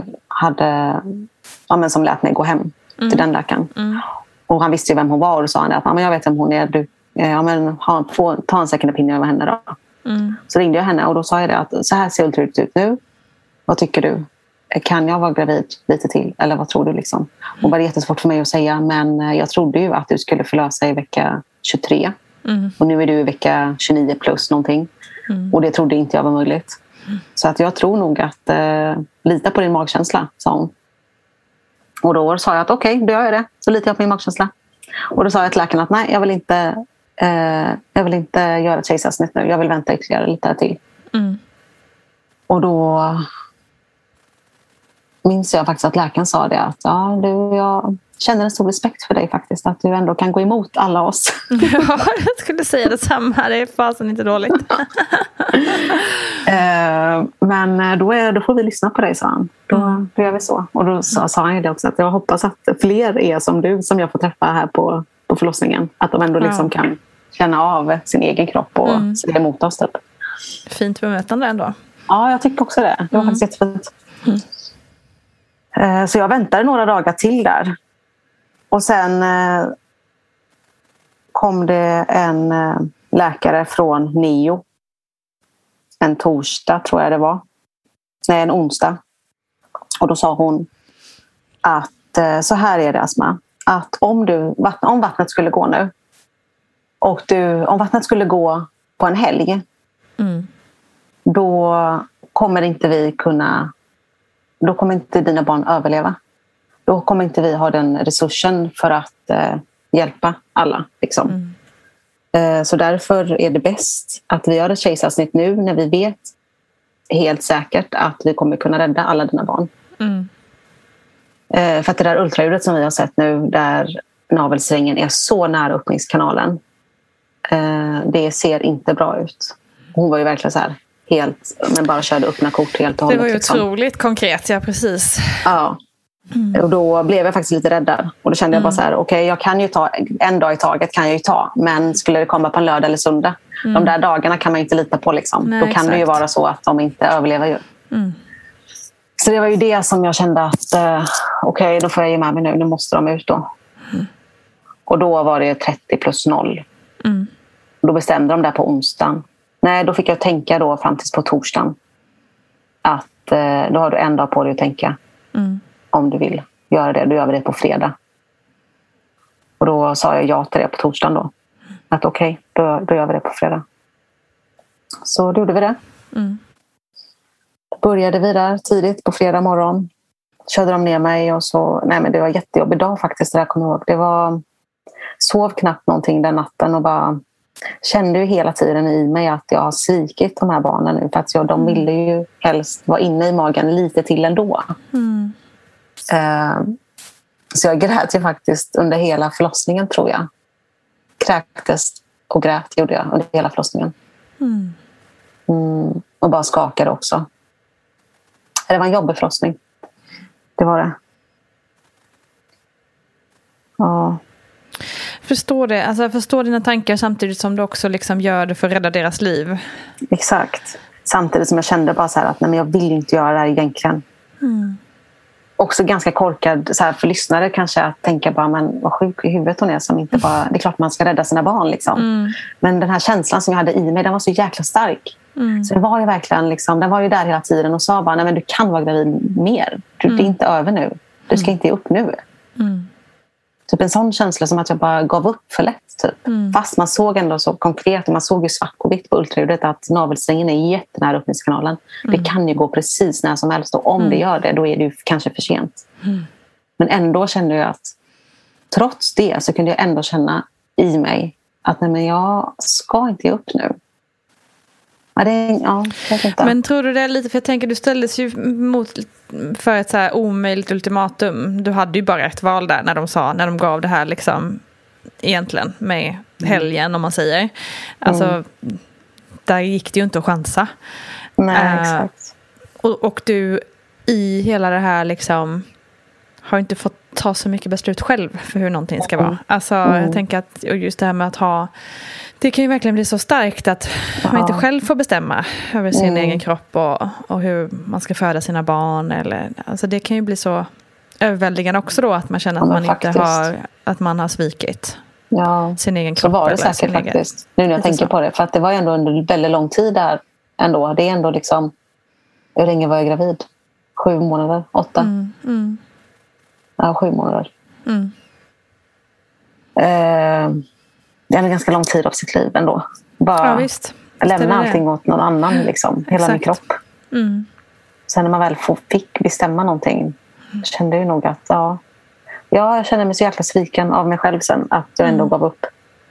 som lät mig gå hem till den läkaren. Och han visste ju vem hon var och då sa han att jag vet vem hon är, ta en second opinion över henne då. Så ringde jag henne och då sa jag det att så här ser ultraljudet ut nu. Vad tycker du? Kan jag vara gravid lite till? Eller vad tror du liksom? Och var det jättesvårt för mig att säga. Men jag trodde ju att du skulle förlösa i vecka 23. Och nu är du i vecka 29 plus någonting. Och det trodde inte jag var möjligt. Så att jag tror nog att lita på din magkänsla, sa hon. Och då sa jag att okej, då gör jag det. Så litar jag på min magkänsla. Och då sa jag till läkaren att nej, jag vill inte göra ett kejsarsnitt nu. Jag vill vänta ytterligare lite till. Och då minns jag faktiskt att läkaren sa det att jag känner en stor respekt för dig faktiskt, att du ändå kan gå emot alla oss. Ja, jag skulle säga detsamma, det är fasen inte dåligt. Men då får vi lyssna på dig, sa han. Då gör vi så. Och då sa han ju det också, att jag hoppas att fler är som du som jag får träffa här på förlossningen, att de ändå liksom kan känna av sin egen kropp och se emot oss typ. Fint bemötande ändå. Ja, jag tyckte också det. Det var faktiskt jättefint. Så jag väntade några dagar till där. Och sen kom det en läkare från Neo. En torsdag tror jag det var. Nej, en onsdag. Och då sa hon att så här är det, Asma. Att om vattnet skulle gå nu och om vattnet skulle gå på en helg, då kommer inte dina barn överleva. Då kommer inte vi ha den resursen för att hjälpa alla. Liksom. Så därför är det bäst att vi gör ett kejsarsnitt nu när vi vet helt säkert att vi kommer kunna rädda alla dina barn. För att det där ultraljudet som vi har sett nu, där navelsträngen är så nära öppningskanalen, det ser inte bra ut. Hon var ju verkligen så här men bara körde öppna kort helt och hållet. Det var ju otroligt konkret, ja precis. Ja. Och då blev jag faktiskt lite rädd. Och då kände jag bara så här, okej, jag kan ju ta en dag i taget kan jag ju ta. Men skulle det komma på en lördag eller söndag, de där dagarna kan man ju inte lita på liksom. Nej, då kan exakt. det ju vara så att de inte överlever ju. Så det var ju det som jag kände att okej, då får jag ge med mig nu måste de ut då. Och då var det 30 plus 0. Då bestämde de där på onsdagen. Nej, då fick jag tänka då fram tills på torsdagen. Att då har du en dag på dig att tänka. Om du vill göra det, då gör vi det på fredag. Och då sa jag ja till det på torsdagen då. Att okej, då gör vi det på fredag. Så då gjorde vi det. Började vi där tidigt på fredag morgon. Körde de ner mig och så... Nej, men det var en jättejobbig dag faktiskt, det där kommer jag ihåg. Det var... Sov knappt någonting den natten och bara... Kände ju hela tiden i mig att jag har svikit de här barnen nu. För att de ville ju helst vara inne i magen lite till ändå. Så jag grät ju faktiskt under hela förlossningen, tror jag. Kräktes och grät gjorde jag under hela förlossningen. Och bara skakade också. Det var en jobbig förlossning. Det var det. Ja. Förstår det. Alltså, förstår dina tankar samtidigt som du också liksom gör det för att rädda deras liv. Exakt. Samtidigt som jag kände bara så här att nej, men jag vill inte göra det här egentligen. Också ganska korkad så här, för lyssnare kanske att tänka bara, men vad sjuk i huvudet hon är som inte bara, det är klart man ska rädda sina barn liksom. Men den här känslan som jag hade i mig, den var så jäkla stark. Så det var ju verkligen liksom, den var ju där hela tiden och sa bara, nej men du kan vara gravid mer. Det är inte över nu. Du ska inte ge upp nu. Typ en sån känsla som att jag bara gav upp för lätt. Typ. Fast man såg ändå så konkret, och man såg ju svart på vitt på ultraljudet att navelsträngen är jättenära öppningskanalen. Det kan ju gå precis när som helst, och om det gör det, då är det ju kanske för sent. Men ändå kände jag att trots det så kunde jag ändå känna i mig att nej, men jag ska inte ge upp nu. Ja, jag vet inte. Men tror du det är lite, för jag tänker du ställdes ju för ett så här omöjligt ultimatum. Du hade ju bara ett val där när de gav det här liksom egentligen med helgen, om man säger. Alltså där gick det ju inte att chansa. Nej, exakt. Och du i hela det här liksom har inte fått ta så mycket beslut själv för hur någonting ska vara. Alltså jag tänker att just det här med att ha, det kan ju verkligen bli så starkt att man inte själv får bestämma över sin egen kropp och hur man ska föda sina barn, eller alltså det kan ju bli så överväldigande också då, att man känner att man inte har, att man har svikit sin egen kropp. Så var det säkert faktiskt, nu när jag tänker på det, för att det var ju ändå under väldigt lång tid där ändå. Det är ändå liksom, hur länge var jag gravid? 7 månader? 8? Ja, 7 månader. Det är en ganska lång tid av sitt liv ändå. Bara lämna allting åt någon annan liksom, hela min kropp. Sen när man väl fick bestämma någonting, kände jag nog att jag kände mig så jäkla sviken av mig själv sen, att jag ändå gav upp.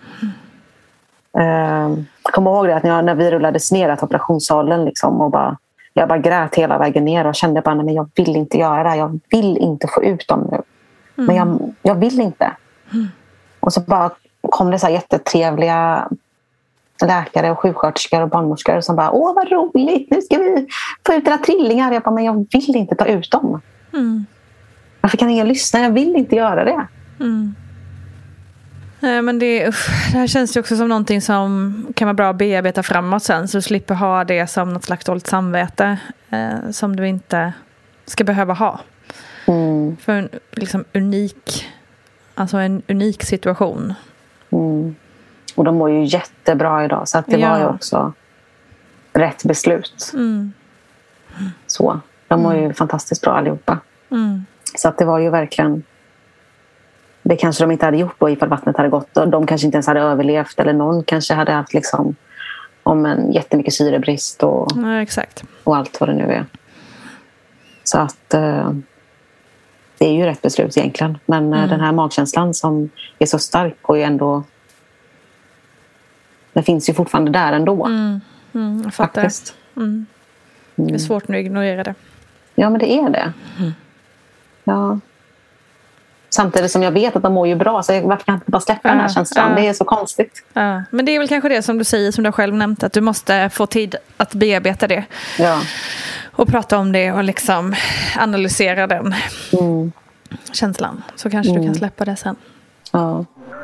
Jag kommer ihåg det att när vi rullades ner till operationssalen liksom, och jag bara grät hela vägen ner och kände bara, men jag vill inte göra det här. Jag vill inte få ut dem nu. Men jag vill inte. Och så bara kom det så här jättetrevliga läkare och sjuksköterskor och barnmorskor som bara, åh vad roligt, nu ska vi få ut era trillingar. Jag bara, men jag vill inte ta ut dem. Varför kan ingen lyssna? Jag vill inte göra det. Men det här känns ju också som någonting som kan vara bra att bearbeta framåt sen, så du slipper ha det som något slags dåligt samvete som du inte ska behöva ha. För en liksom en unik situation. Och de mår ju jättebra idag, så att det var ju också rätt beslut. Så de mår ju fantastiskt bra allihopa. Så att det var ju verkligen, det kanske de inte hade gjort då ifall vattnet hade gått, och de kanske inte ens hade överlevt, eller någon kanske hade haft liksom om en jättemycket syrebrist och exakt, och allt vad det nu är. Så att det är ju rätt beslut egentligen, men den här magkänslan som är så stark och ju ändå, det finns ju fortfarande där ändå. Jag fattar. Faktiskt. Det är svårt nu att ignorera det. Ja, men det är det. Ja. Samtidigt som jag vet att de mår ju bra, så varför kan jag inte bara släppa den här känslan? Det är så konstigt. Men det är väl kanske det som du säger, som du själv nämnt, att du måste få tid att bearbeta det. Och prata om det och liksom analysera den känslan. Så kanske du kan släppa det sen. Ja.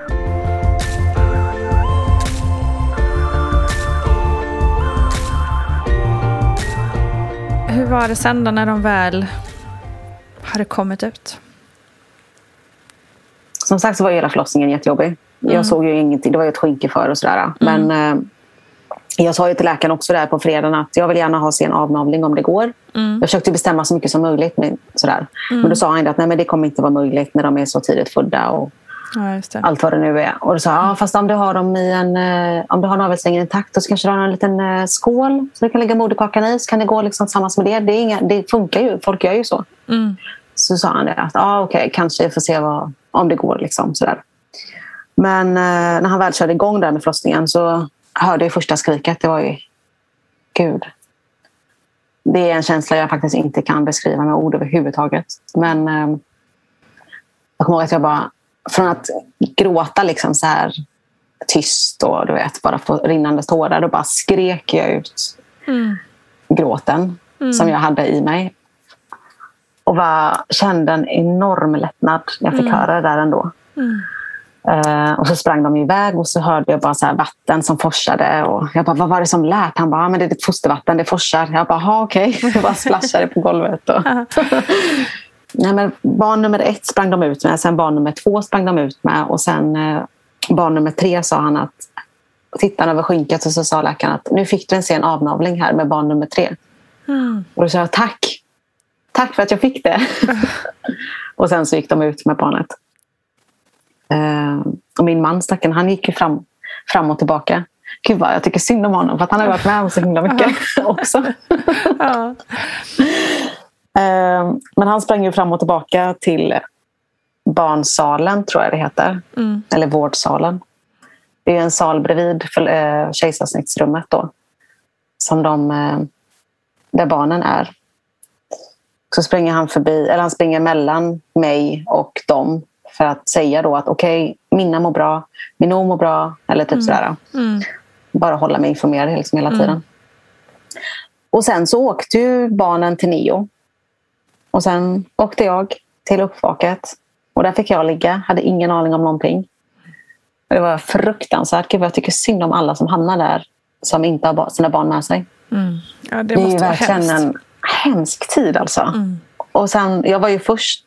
Hur var det sen då när de väl hade kommit ut? Som sagt så var hela förlossningen jättejobbig. Jag såg ju ingenting, det var ju ett skynke för och sådär. Men jag sa ju till läkaren också där på fredagen att jag vill gärna se en avnavling om det går. Jag försökte bestämma så mycket som möjligt. Sådär. Men då sa han att nej, men det kommer inte vara möjligt när de är så tidigt födda och just det. allt vad det nu är. Och då sa jag, fast om du har dem i om du har navelsträngen intakt, då så kanske du har en liten skål så du kan lägga moderkakan i, så kan det gå liksom tillsammans med det. Det funkar ju, folk gör ju så. Så sa han det att okej, kanske jag får se om det går liksom sådär. Men när han väl körde igång där med förlossningen så hörde jag första skriket. Det var ju Gud. Det är en känsla jag faktiskt inte kan beskriva med ord överhuvudtaget. Men jag kommer ihåg att jag bara, från att gråta liksom så här tyst och du vet, bara få rinnande tårar, då bara skrek jag ut gråten som jag hade i mig. Och kände en enorm lättnad när jag fick höra det där ändå. Och så sprang de iväg och så hörde jag bara så här vatten som forsade. Och jag bara, vad var det som lät? Han bara, men det är ditt fostervatten, det forsar. Jag bara, okej. Jag bara splashade på golvet. Och nej, men barn nummer 1 sprang de ut med. Sen barn nummer 2 sprang de ut med. Och sen barn nummer 3 sa han att, tittade över skynket och så sa läkaren att nu fick du en sen avnavling här med barn nummer 3. Och då sa jag, tack för att jag fick det. Och sen så gick de ut med barnet. Och min man stacken, han gick ju fram och tillbaka. Gud vad jag tycker synd om honom, för att han har varit med om så himla mycket också. Men han sprang ju fram och tillbaka till barnsalen, tror jag det heter. Eller vårdsalen. Det är en sal bredvid kejsarsnittsrummet då. Som där barnen är. Så springer han förbi, eller han springer mellan mig och dem. För att säga då att okej, Minna mår bra, Minno mår bra. Eller typ sådär. Bara hålla mig informerad liksom hela tiden. Och sen så åkte ju barnen till Neo. Och sen åkte jag till uppvaket. Och där fick jag ligga. Hade ingen aning om någonting. Och det var fruktansvärt. Gud, jag tycker synd om alla som hamnar där. Som inte har sina barn med sig. Ja, det är ju verkligen en hemsk tid alltså. Och sen, jag var ju först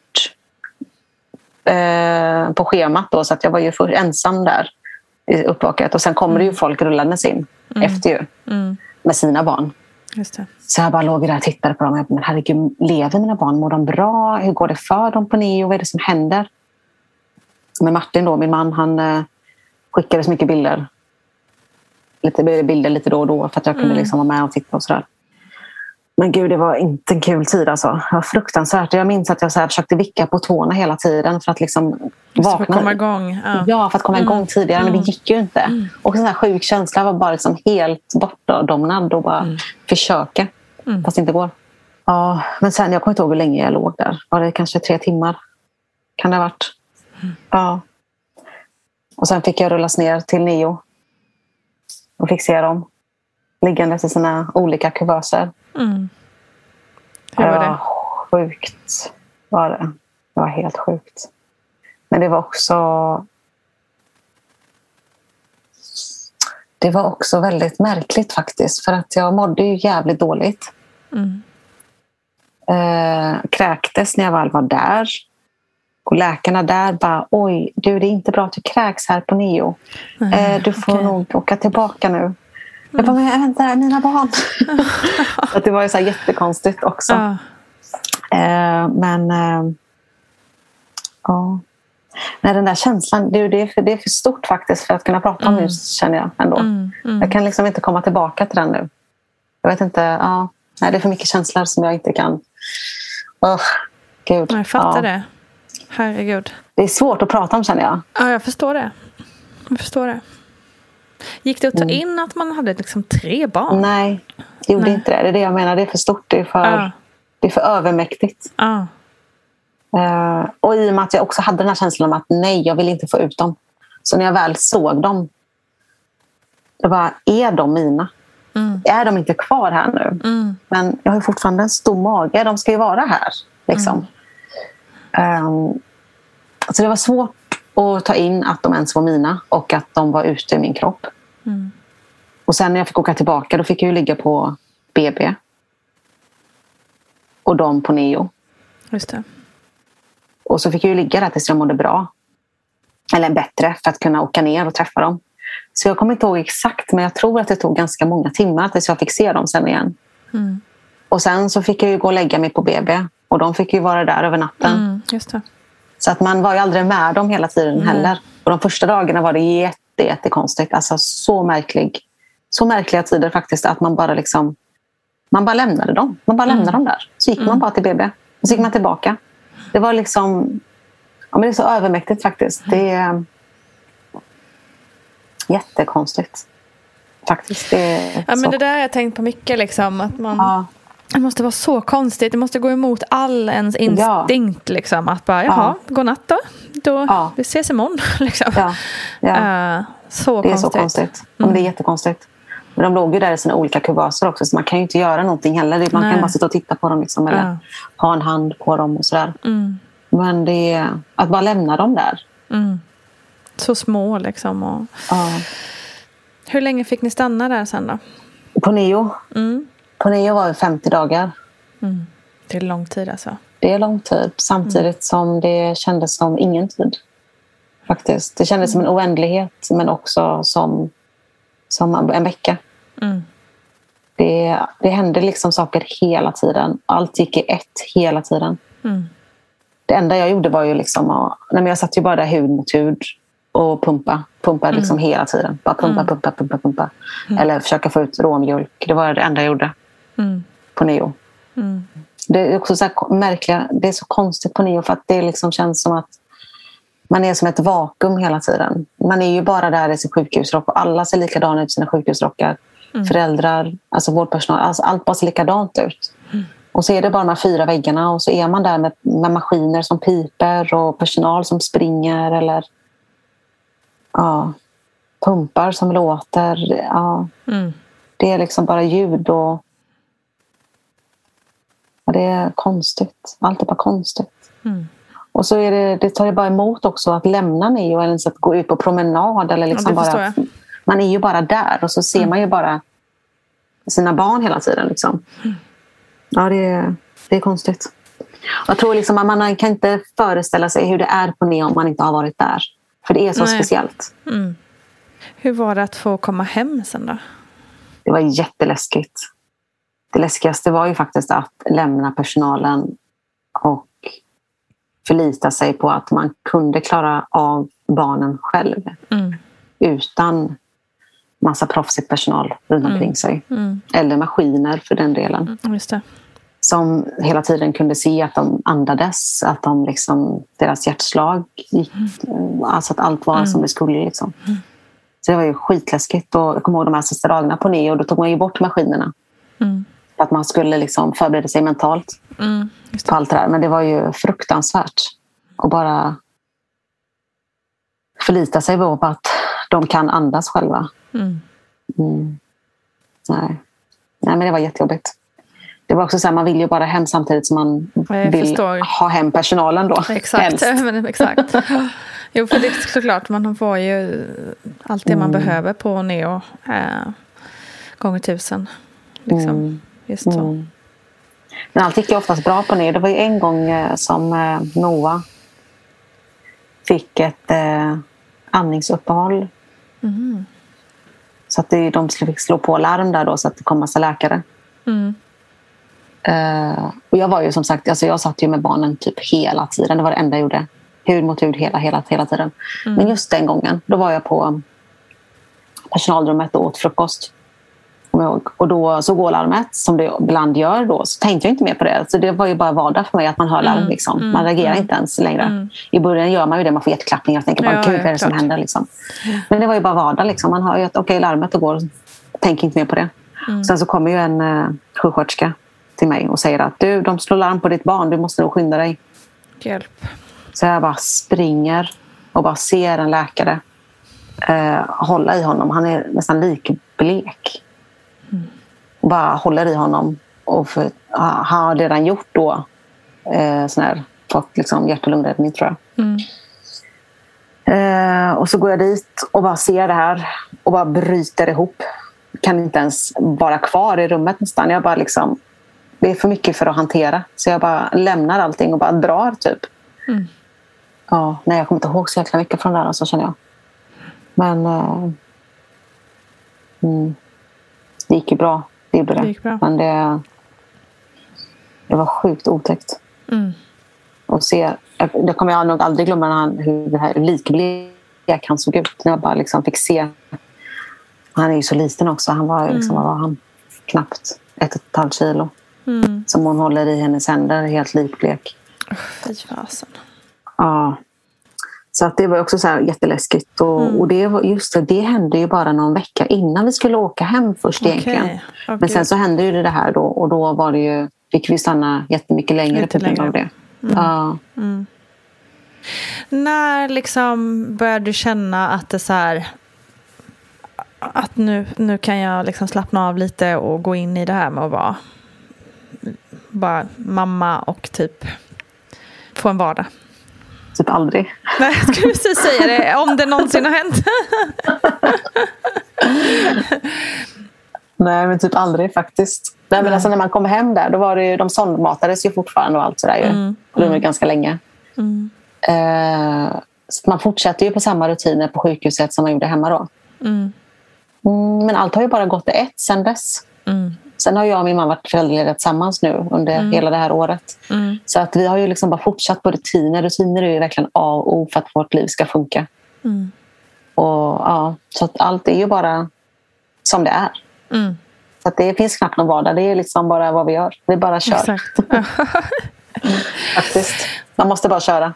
på schemat då, så att jag var ju ensam där i uppvaket. Och sen kommer det ju folk rullandes in efter ju. Med sina barn. Just det. Så jag bara låg där och tittade på dem. Men herregud, lever mina barn? Mår de bra? Hur går det för dem på Neo? Vad är det som händer? Men Martin då, min man, han skickade så mycket bilder. Bilder lite då och då för att jag kunde liksom vara med och titta och sådär. Men gud, det var inte en kul tid alltså. Det var fruktansvärt. Jag minns att jag så här försökte vicka på tårna hela tiden för att liksom vakna. För att komma igång. Ja, för att komma igång tidigare. Men det gick ju inte. Och en sån här sjuk känsla var bara liksom helt bortdomnad och bara försöka. Fast det inte går. Ja, men sen, jag kommer inte ihåg hur länge jag låg där. Var det kanske 3 timmar? Kan det ha varit? Ja. Och sen fick jag rullas ner till Neo. Och fick se dem. Liggandes i sina olika kuvöser. Hur var det? Sjukt var det. Det var helt sjukt. Men det var också väldigt märkligt faktiskt. För att jag mådde ju jävligt dåligt. Kräktes när jag väl var där. Och läkarna där bara, oj, du, det är inte bra att du kräks här på Neo. Du får nog åka tillbaka nu. Jag bara, men vänta, mina barn. Att det var ju så här jättekonstigt också. Men ja. Nej, den där känslan, det är för stort faktiskt för att kunna prata om just, känner jag ändå. Jag kan liksom inte komma tillbaka till den nu. Jag vet inte, nej, det är för mycket känslor som jag inte kan. Gud. Jag fattar det. Herregud. Det är svårt att prata om, känner jag. Ja, jag förstår det. Gick det att ta in att man hade liksom 3 barn? Nej, det gjorde inte det. Det är det jag menar. Det är för stort. Det är för övermäktigt. Och i och med att jag också hade den här känslan om att nej, jag vill inte få ut dem. Så när jag väl såg dem, det var, är de mina? Är de inte kvar här nu? Men jag har ju fortfarande en stor mage. De ska ju vara här. Liksom. Så det var svårt att ta in att de ens var mina och att de var ute i min kropp. Och sen när jag fick åka tillbaka, då fick jag ju ligga på BB. Och de på Neo. Just det. Och så fick jag ju ligga där tills jag mådde bra. Eller bättre, för att kunna åka ner och träffa dem. Så jag kommer inte ihåg exakt, men jag tror att det tog ganska många timmar tills jag fick se dem sen igen. Och sen så fick jag ju gå och lägga mig på BB. Och de fick ju vara där över natten. Just det. Så att man var ju aldrig med dem hela tiden heller. Och de första dagarna var det jättekonstigt. Alltså så märkliga tider faktiskt, att man bara liksom, man bara lämnade dem. Man bara lämnade dem där. Så gick man bara till BB. Och så gick man tillbaka. Det var liksom, ja, men det är så övermäktigt faktiskt. Det är jättekonstigt. Faktiskt. Ja, men det där har jag tänkt på mycket liksom, att man det måste vara så konstigt. Det måste gå emot all ens instinkt liksom, att bara, jaha, godnatt då. Vi ses imorgon liksom. Så det är konstigt. Så konstigt. Men det är jättekonstigt. Men de låg ju där i sina olika kubaser också, så man kan ju inte göra någonting heller. Man kan bara sitta och titta på dem liksom, eller ha en hand på dem och sådär. Men det är att bara lämna dem där. Så små liksom. Och... Hur länge fick ni stanna där sen då? På Neo? På Neo var det 50 dagar. Det är lång tid alltså. Det är lång tid. Samtidigt som det kändes som ingen tid. Faktiskt. Det kändes som en oändlighet, men också som en vecka. Det hände liksom saker hela tiden. Allt gick i ett hela tiden. Det enda jag gjorde var ju liksom jag satt ju bara där hud mot hud och pumpa liksom hela tiden. Bara pumpa. Eller försöka få ut råmjölk. Det var det enda jag gjorde på Neo. Det är också så här märkliga, det är så konstigt på Neo, för att det liksom känns som att man är som ett vakuum hela tiden. Man är ju bara där i sin sjukhusrock och alla ser likadana ut i sina sjukhusrockar. Föräldrar, alltså vårdpersonal, alltså allt bara ser likadant ut. Och så är det bara de här 4 väggarna, och så är man där med maskiner som piper och personal som springer eller pumpar som låter. Det är liksom bara ljud och det är konstigt. Allt är bara konstigt. Och så är det tar ju bara emot också att lämna Neo eller att gå ut på promenad eller liksom bara. Man är ju bara där och så ser man ju bara sina barn hela tiden liksom. Ja, det är konstigt. Jag tror liksom att man kan inte föreställa sig hur det är på Neo om man inte har varit där. För det är så speciellt. Hur var det att få komma hem sen då? Det var jätteläskigt. Det läskigaste var ju faktiskt att lämna personalen och förlita sig på att man kunde klara av barnen själv. Utan massa proffsig personal runt omkring sig. Eller maskiner för den delen. Just det. Som hela tiden kunde se att de andades. Att de liksom, deras hjärtslag gick. Alltså att allt var som det skulle liksom. Så det var ju skitläskigt. Och jag kommer ihåg de här sista dagarna på Neo. Då tog man ju bort maskinerna. För att man skulle liksom förbereda sig mentalt. På allt det där. Men det var ju fruktansvärt. Och bara förlita sig på att de kan andas själva. Nej, men det var jättejobbigt. Det var också så här, man vill ju bara hem samtidigt som man vill ha hem personalen då. Exakt. Exakt. Jo, för det är såklart, man får ju allt det man behöver på Neo gånger 1000. Liksom. Just så. Men allt gick ju oftast bra på Neo. Det var ju en gång som Noah fick ett andningsuppehåll. Så att de fick slå på larm där då, så att det kom massa läkare. Och jag var ju som sagt, alltså jag satt ju med barnen typ hela tiden. Det var det enda jag gjorde. Hud mot hud hela tiden. Men just den gången, då var jag på personalrummet och åt frukost. Och då så går larmet, som det ibland gör då, så tänkte jag inte mer på det. Så det var ju bara vardag för mig att man hör larm liksom. Man reagerar inte ens längre. I början gör man ju det, man får hjärtklappningar och tänker bara, gud vad är det som händer liksom. Men det var ju bara vardag liksom. Man hör ju att okej, larmet och går, tänker inte mer på det. Sen så kommer ju en sjuksköterska till mig och säger att de slår larm på ditt barn, du måste nog skynda dig. Hjälp. Så jag bara springer och bara ser en läkare hålla i honom. Han är nästan likblek. Och bara håller i honom. Och han har redan gjort då sån här fått liksom hjärt- och lungräddning, tror jag. Och så går jag dit och bara ser det här och bara bryter ihop. Kan inte ens vara kvar i rummet nästan. Jag bara liksom, det är för mycket för att hantera. Så jag bara lämnar allting och bara drar typ. Ja, nej, jag kommer inte ihåg så jäkla mycket från det här, så känner jag. Men det gick ju bra. Det gick bra. Men det var sjukt otäckt. Och se, det kommer jag nog aldrig glömma hur det här likblek han såg ut. När jag bara liksom fick se. Han är ju så liten också. Han var liksom, vad var han? Knappt 1,5 kilo. Som hon håller i hennes händer, helt likblek. Fy fasen. Ja. Så att det var också så här jätteläskigt. Och det var just det hände ju bara någon vecka innan vi skulle åka hem först egentligen. Men sen så hände ju det här då. Och då var det ju, fick vi stanna jättemycket längre på grund av det. Ja. När liksom började du känna att det så här, att nu kan jag liksom slappna av lite och gå in i det här med att vara bara mamma och typ få en vardag? Typ aldrig. Nej, jag skulle precis säga det. Om det någonsin har hänt. Nej, men typ aldrig faktiskt. Nej, men alltså när man kom hem där, då var det ju, de sondmatades ju fortfarande och allt sådär ju. Och det var ganska länge. Så man fortsatte ju på samma rutiner på sjukhuset som man gjorde hemma då. Men allt har ju bara gått ett sen dess. Sen har jag och min mamma varit föräldralediga tillsammans nu under hela det här året. Så att vi har ju liksom bara fortsatt på rutiner. Rutiner är ju verkligen A och O för att vårt liv ska funka. Och ja, så att allt är ju bara som det är. Så att det finns knappt någon vardag. Det är liksom bara vad vi gör. Vi bara kör. Exakt. Faktiskt. Man måste bara köra.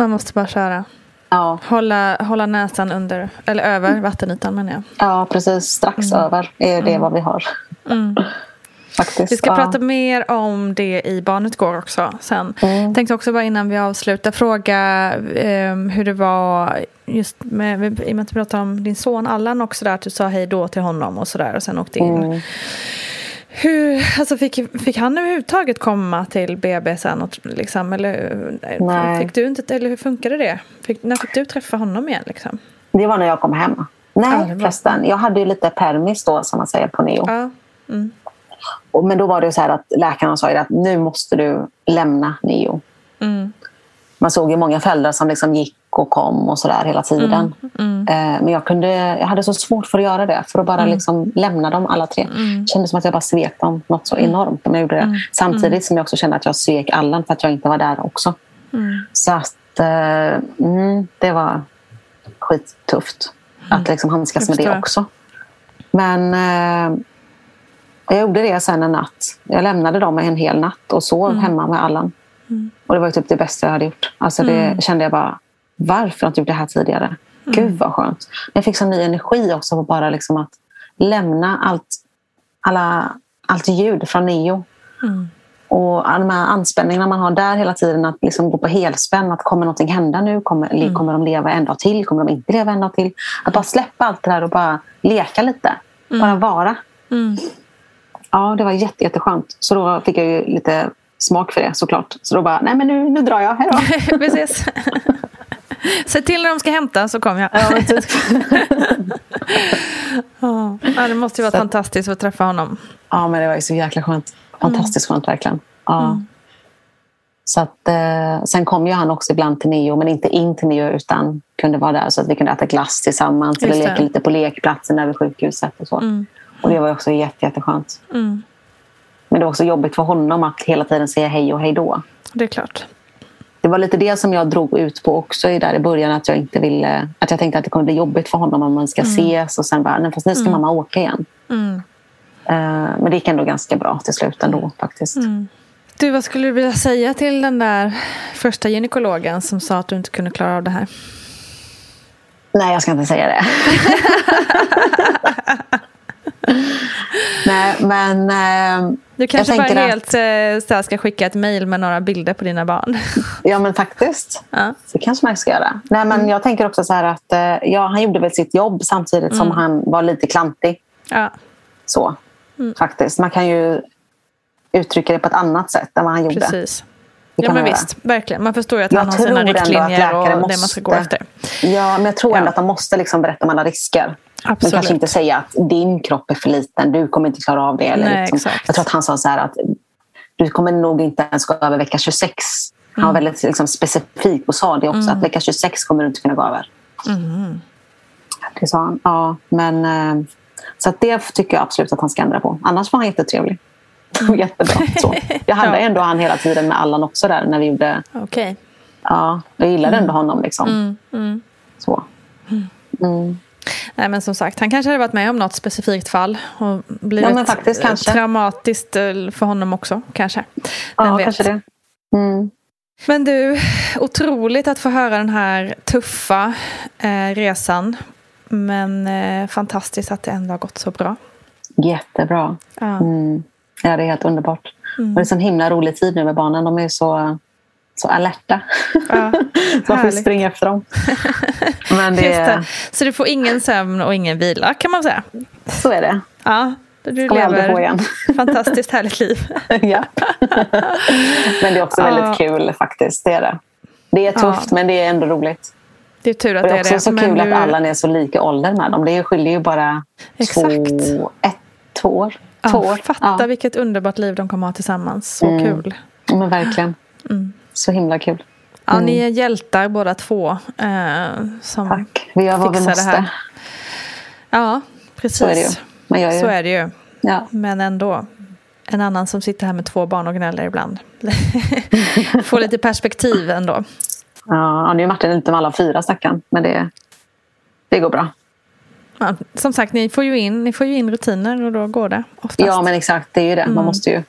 Ja. Hålla näsan under eller över vattenytan, menar jag. Ja, precis. Strax över är det vad vi har. Faktiskt. Vi ska prata mer om det i Barnet går också sen. Tänkte också bara innan vi avslutar fråga hur det var just med i och med att du pratade om din son Allan också där, att du sa hej då till honom och sådär och sen åkte in. Hur, alltså fick han överhuvudtaget komma till BB sen liksom, eller fick du inte, eller hur funkade det? När fick du träffa honom igen liksom? Det var när jag kom hem. Nej, förresten. Jag hade ju lite permis då, som man säger på Neo. Ja. Men då var det ju så här att läkarna sa att nu måste du lämna Neo. Man såg ju många föräldrar som liksom gick och kom och sådär hela tiden. Men jag hade så svårt för att göra det. För att bara liksom lämna dem alla tre. Det kändes som att jag bara svek dem något så enormt om jag gjorde det. Samtidigt som jag också kände att jag svek Allan för att jag inte var där också. Så att det var skittufft. Att liksom handskas med det också. Men jag gjorde det sen en natt. Jag lämnade dem en hel natt och sov hemma med Allan. Och det var typ det bästa jag hade gjort. Alltså det kände jag bara, varför har jag inte gjort det här tidigare? Gud vad skönt. Jag fick så ny energi också på bara liksom att lämna allt ljud från Neo. Och alla de här anspänningarna man har där hela tiden, att liksom gå på helspänn, att kommer någonting hända nu? Kommer de leva en dag till? Kommer de inte leva en dag till? Att bara släppa allt det där och bara leka lite. Bara vara. Ja, det var jätteskönt. Så då fick jag ju lite smak för det, såklart. Så då bara, nej men nu drar jag. Hej då. Precis. Se till när de ska hämta, så kommer jag. Ja, det måste ju vara fantastiskt att träffa honom. Ja, men det var ju så jäkla skönt. Fantastiskt skönt, verkligen. Ja. Så att, sen kom ju han också ibland till Neo, men inte in till Neo utan kunde vara där så att vi kunde äta glass tillsammans eller leka lite på lekplatsen över sjukhuset och så. Och det var också jätteskönt. Men det var också jobbigt för honom att hela tiden säga hej och hej då. Det är klart. Det var lite det som jag drog ut på också där i början, att jag inte ville, att jag tänkte att det kommer bli jobbigt för honom om man ska ses och sen bara, nej, fast nu ska mamma åka igen. Men det gick ändå ganska bra till slut ändå faktiskt. Du, vad skulle du vilja säga till den där första gynekologen som sa att du inte kunde klara av det här? Nej, jag ska inte säga det. Nej, men du kanske bara helt ska skicka ett mejl med några bilder på dina barn. Ja, men faktiskt. Så kanske man ska göra. Nej, men jag tänker också så här att han gjorde väl sitt jobb samtidigt som han var lite klantig. Så, faktiskt. Man kan ju uttrycka det på ett annat sätt än vad han gjorde. Precis. Ja, men visst, verkligen. Man förstår ju att han har sina riktlinjer och det man ska gå efter. Ja, men jag tror ändå att de måste liksom berätta om alla risker. Absolut. Men kanske inte säga att din kropp är för liten, du kommer inte klara av det. Eller liksom. Jag tror att han sa så här att du kommer nog inte ens gå över vecka 26. Han var väldigt liksom specifik och sa det också, att vecka 26 kommer du inte kunna gå över. Det sa han. Ja, men så att det tycker jag absolut att han ska ändra på. Annars var han jättetrevlig. Jättebra. Så. Jag hade ändå han hela tiden med Allan också där när vi gjorde. Okej. Ja, jag gillade ändå honom liksom. Så. Nej, men som sagt, han kanske hade varit med om något specifikt fall och blivit men faktiskt, kanske. traumatiskt för honom också, kanske. Ja, kanske det. Men du, otroligt att få höra den här tuffa resan. Men fantastiskt att det ändå har gått så bra. Jättebra. Ja. Ja, det är helt underbart. Och det är en sån himla rolig tid nu med barnen. De är så alerta. Ja, så man får springa efter dem. Men det... Så du får ingen sömn och ingen vila, kan man säga. Så är det. Ja, du ska lever på igen. Fantastiskt härligt liv. Ja. Men det är också väldigt kul faktiskt. Det är det. Det är tufft, men det är ändå roligt. Det är tur att det är det. Det är också så kul att alla är så lika ålder med dem. Det skiljer ju bara 2 år. Fatta vilket underbart liv de kommer ha tillsammans. Så kul. Men verkligen. Så himla kul. Ja, ni är hjältar båda två. Som Tack. Vi gör vad vi måste. Det här. Ja, precis. Så är det ju. Så är det ju. Ja. Men ändå. En annan som sitter här med 2 barn och gnäller ibland. Får lite perspektiv ändå. Ja, nu är Martin lite med alla 4 stackaren. Men det går bra. Ja, som sagt, ni får ju in rutiner och då går det oftast. Ja, men exakt, det är ju det. Man måste ju.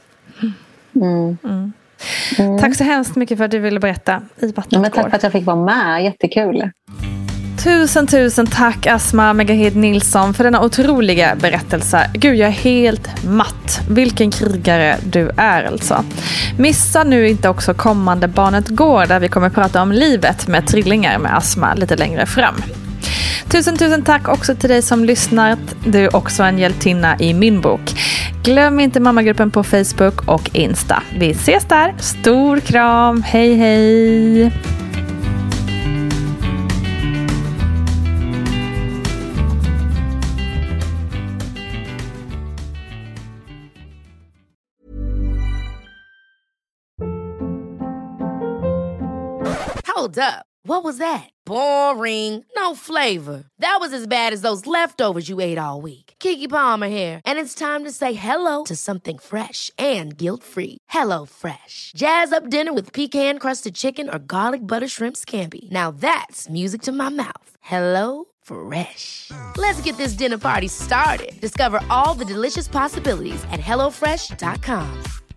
Tack så hemskt mycket för att du ville berätta i Vattnet men tack för att jag fick vara med, jättekul. Tusen tack Asma Megahed Nilsson för denna otroliga berättelse. Gud, jag är helt matt. Vilken krigare du är alltså. Missa nu inte också kommande Barnet går, där vi kommer prata om livet med trillingar med Asma lite längre fram. Tusen tack också till dig som lyssnat. Du är också en hjältinna i min bok. Glöm inte mammagruppen på Facebook och Insta. Vi ses där. Stor kram. Hej hej. Hold up. What was that? Boring. No flavor. That was as bad as those leftovers you ate all week. Keke Palmer here. And it's time to say hello to something fresh and guilt-free. Hello Fresh. Jazz up dinner with pecan-crusted chicken or garlic butter shrimp scampi. Now that's music to my mouth. Hello Fresh. Let's get this dinner party started. Discover all the delicious possibilities at HelloFresh.com.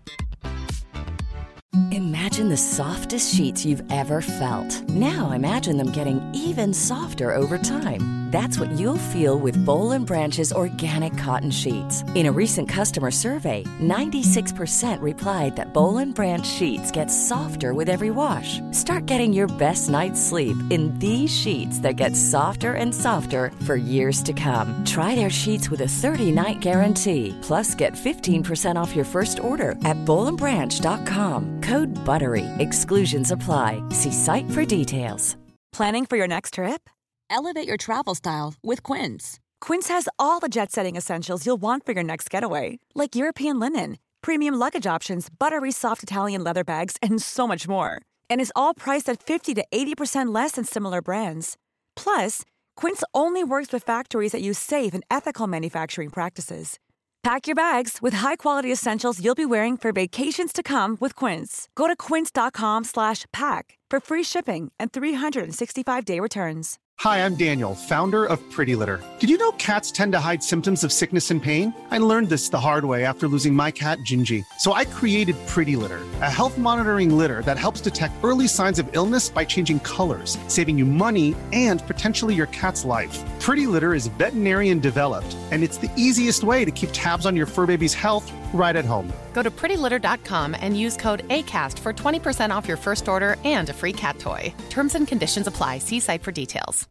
Imagine the softest sheets you've ever felt. Now imagine them getting even softer over time. That's what you'll feel with Boll & Branch's organic cotton sheets. In a recent customer survey, 96% replied that Boll & Branch sheets get softer with every wash. Start getting your best night's sleep in these sheets that get softer and softer for years to come. Try their sheets with a 30-night guarantee. Plus, get 15% off your first order at bollandbranch.com. Code BUTTERY. Exclusions apply. See site for details. Planning for your next trip? Elevate your travel style with Quince. Quince has all the jet-setting essentials you'll want for your next getaway, like European linen, premium luggage options, buttery soft Italian leather bags, and so much more. And is all priced at 50 to 80% less than similar brands. Plus, Quince only works with factories that use safe and ethical manufacturing practices. Pack your bags with high-quality essentials you'll be wearing for vacations to come with Quince. Go to quince.com/pack for free shipping and 365-day returns. Hi, I'm Daniel, founder of Pretty Litter. Did you know cats tend to hide symptoms of sickness and pain? I learned this the hard way after losing my cat, Gingy. So I created Pretty Litter, a health monitoring litter that helps detect early signs of illness by changing colors, saving you money and potentially your cat's life. Pretty Litter is veterinarian developed, and it's the easiest way to keep tabs on your fur baby's health right at home. Go to prettylitter.com and use code ACAST for 20% off your first order and a free cat toy. Terms and conditions apply. See site for details.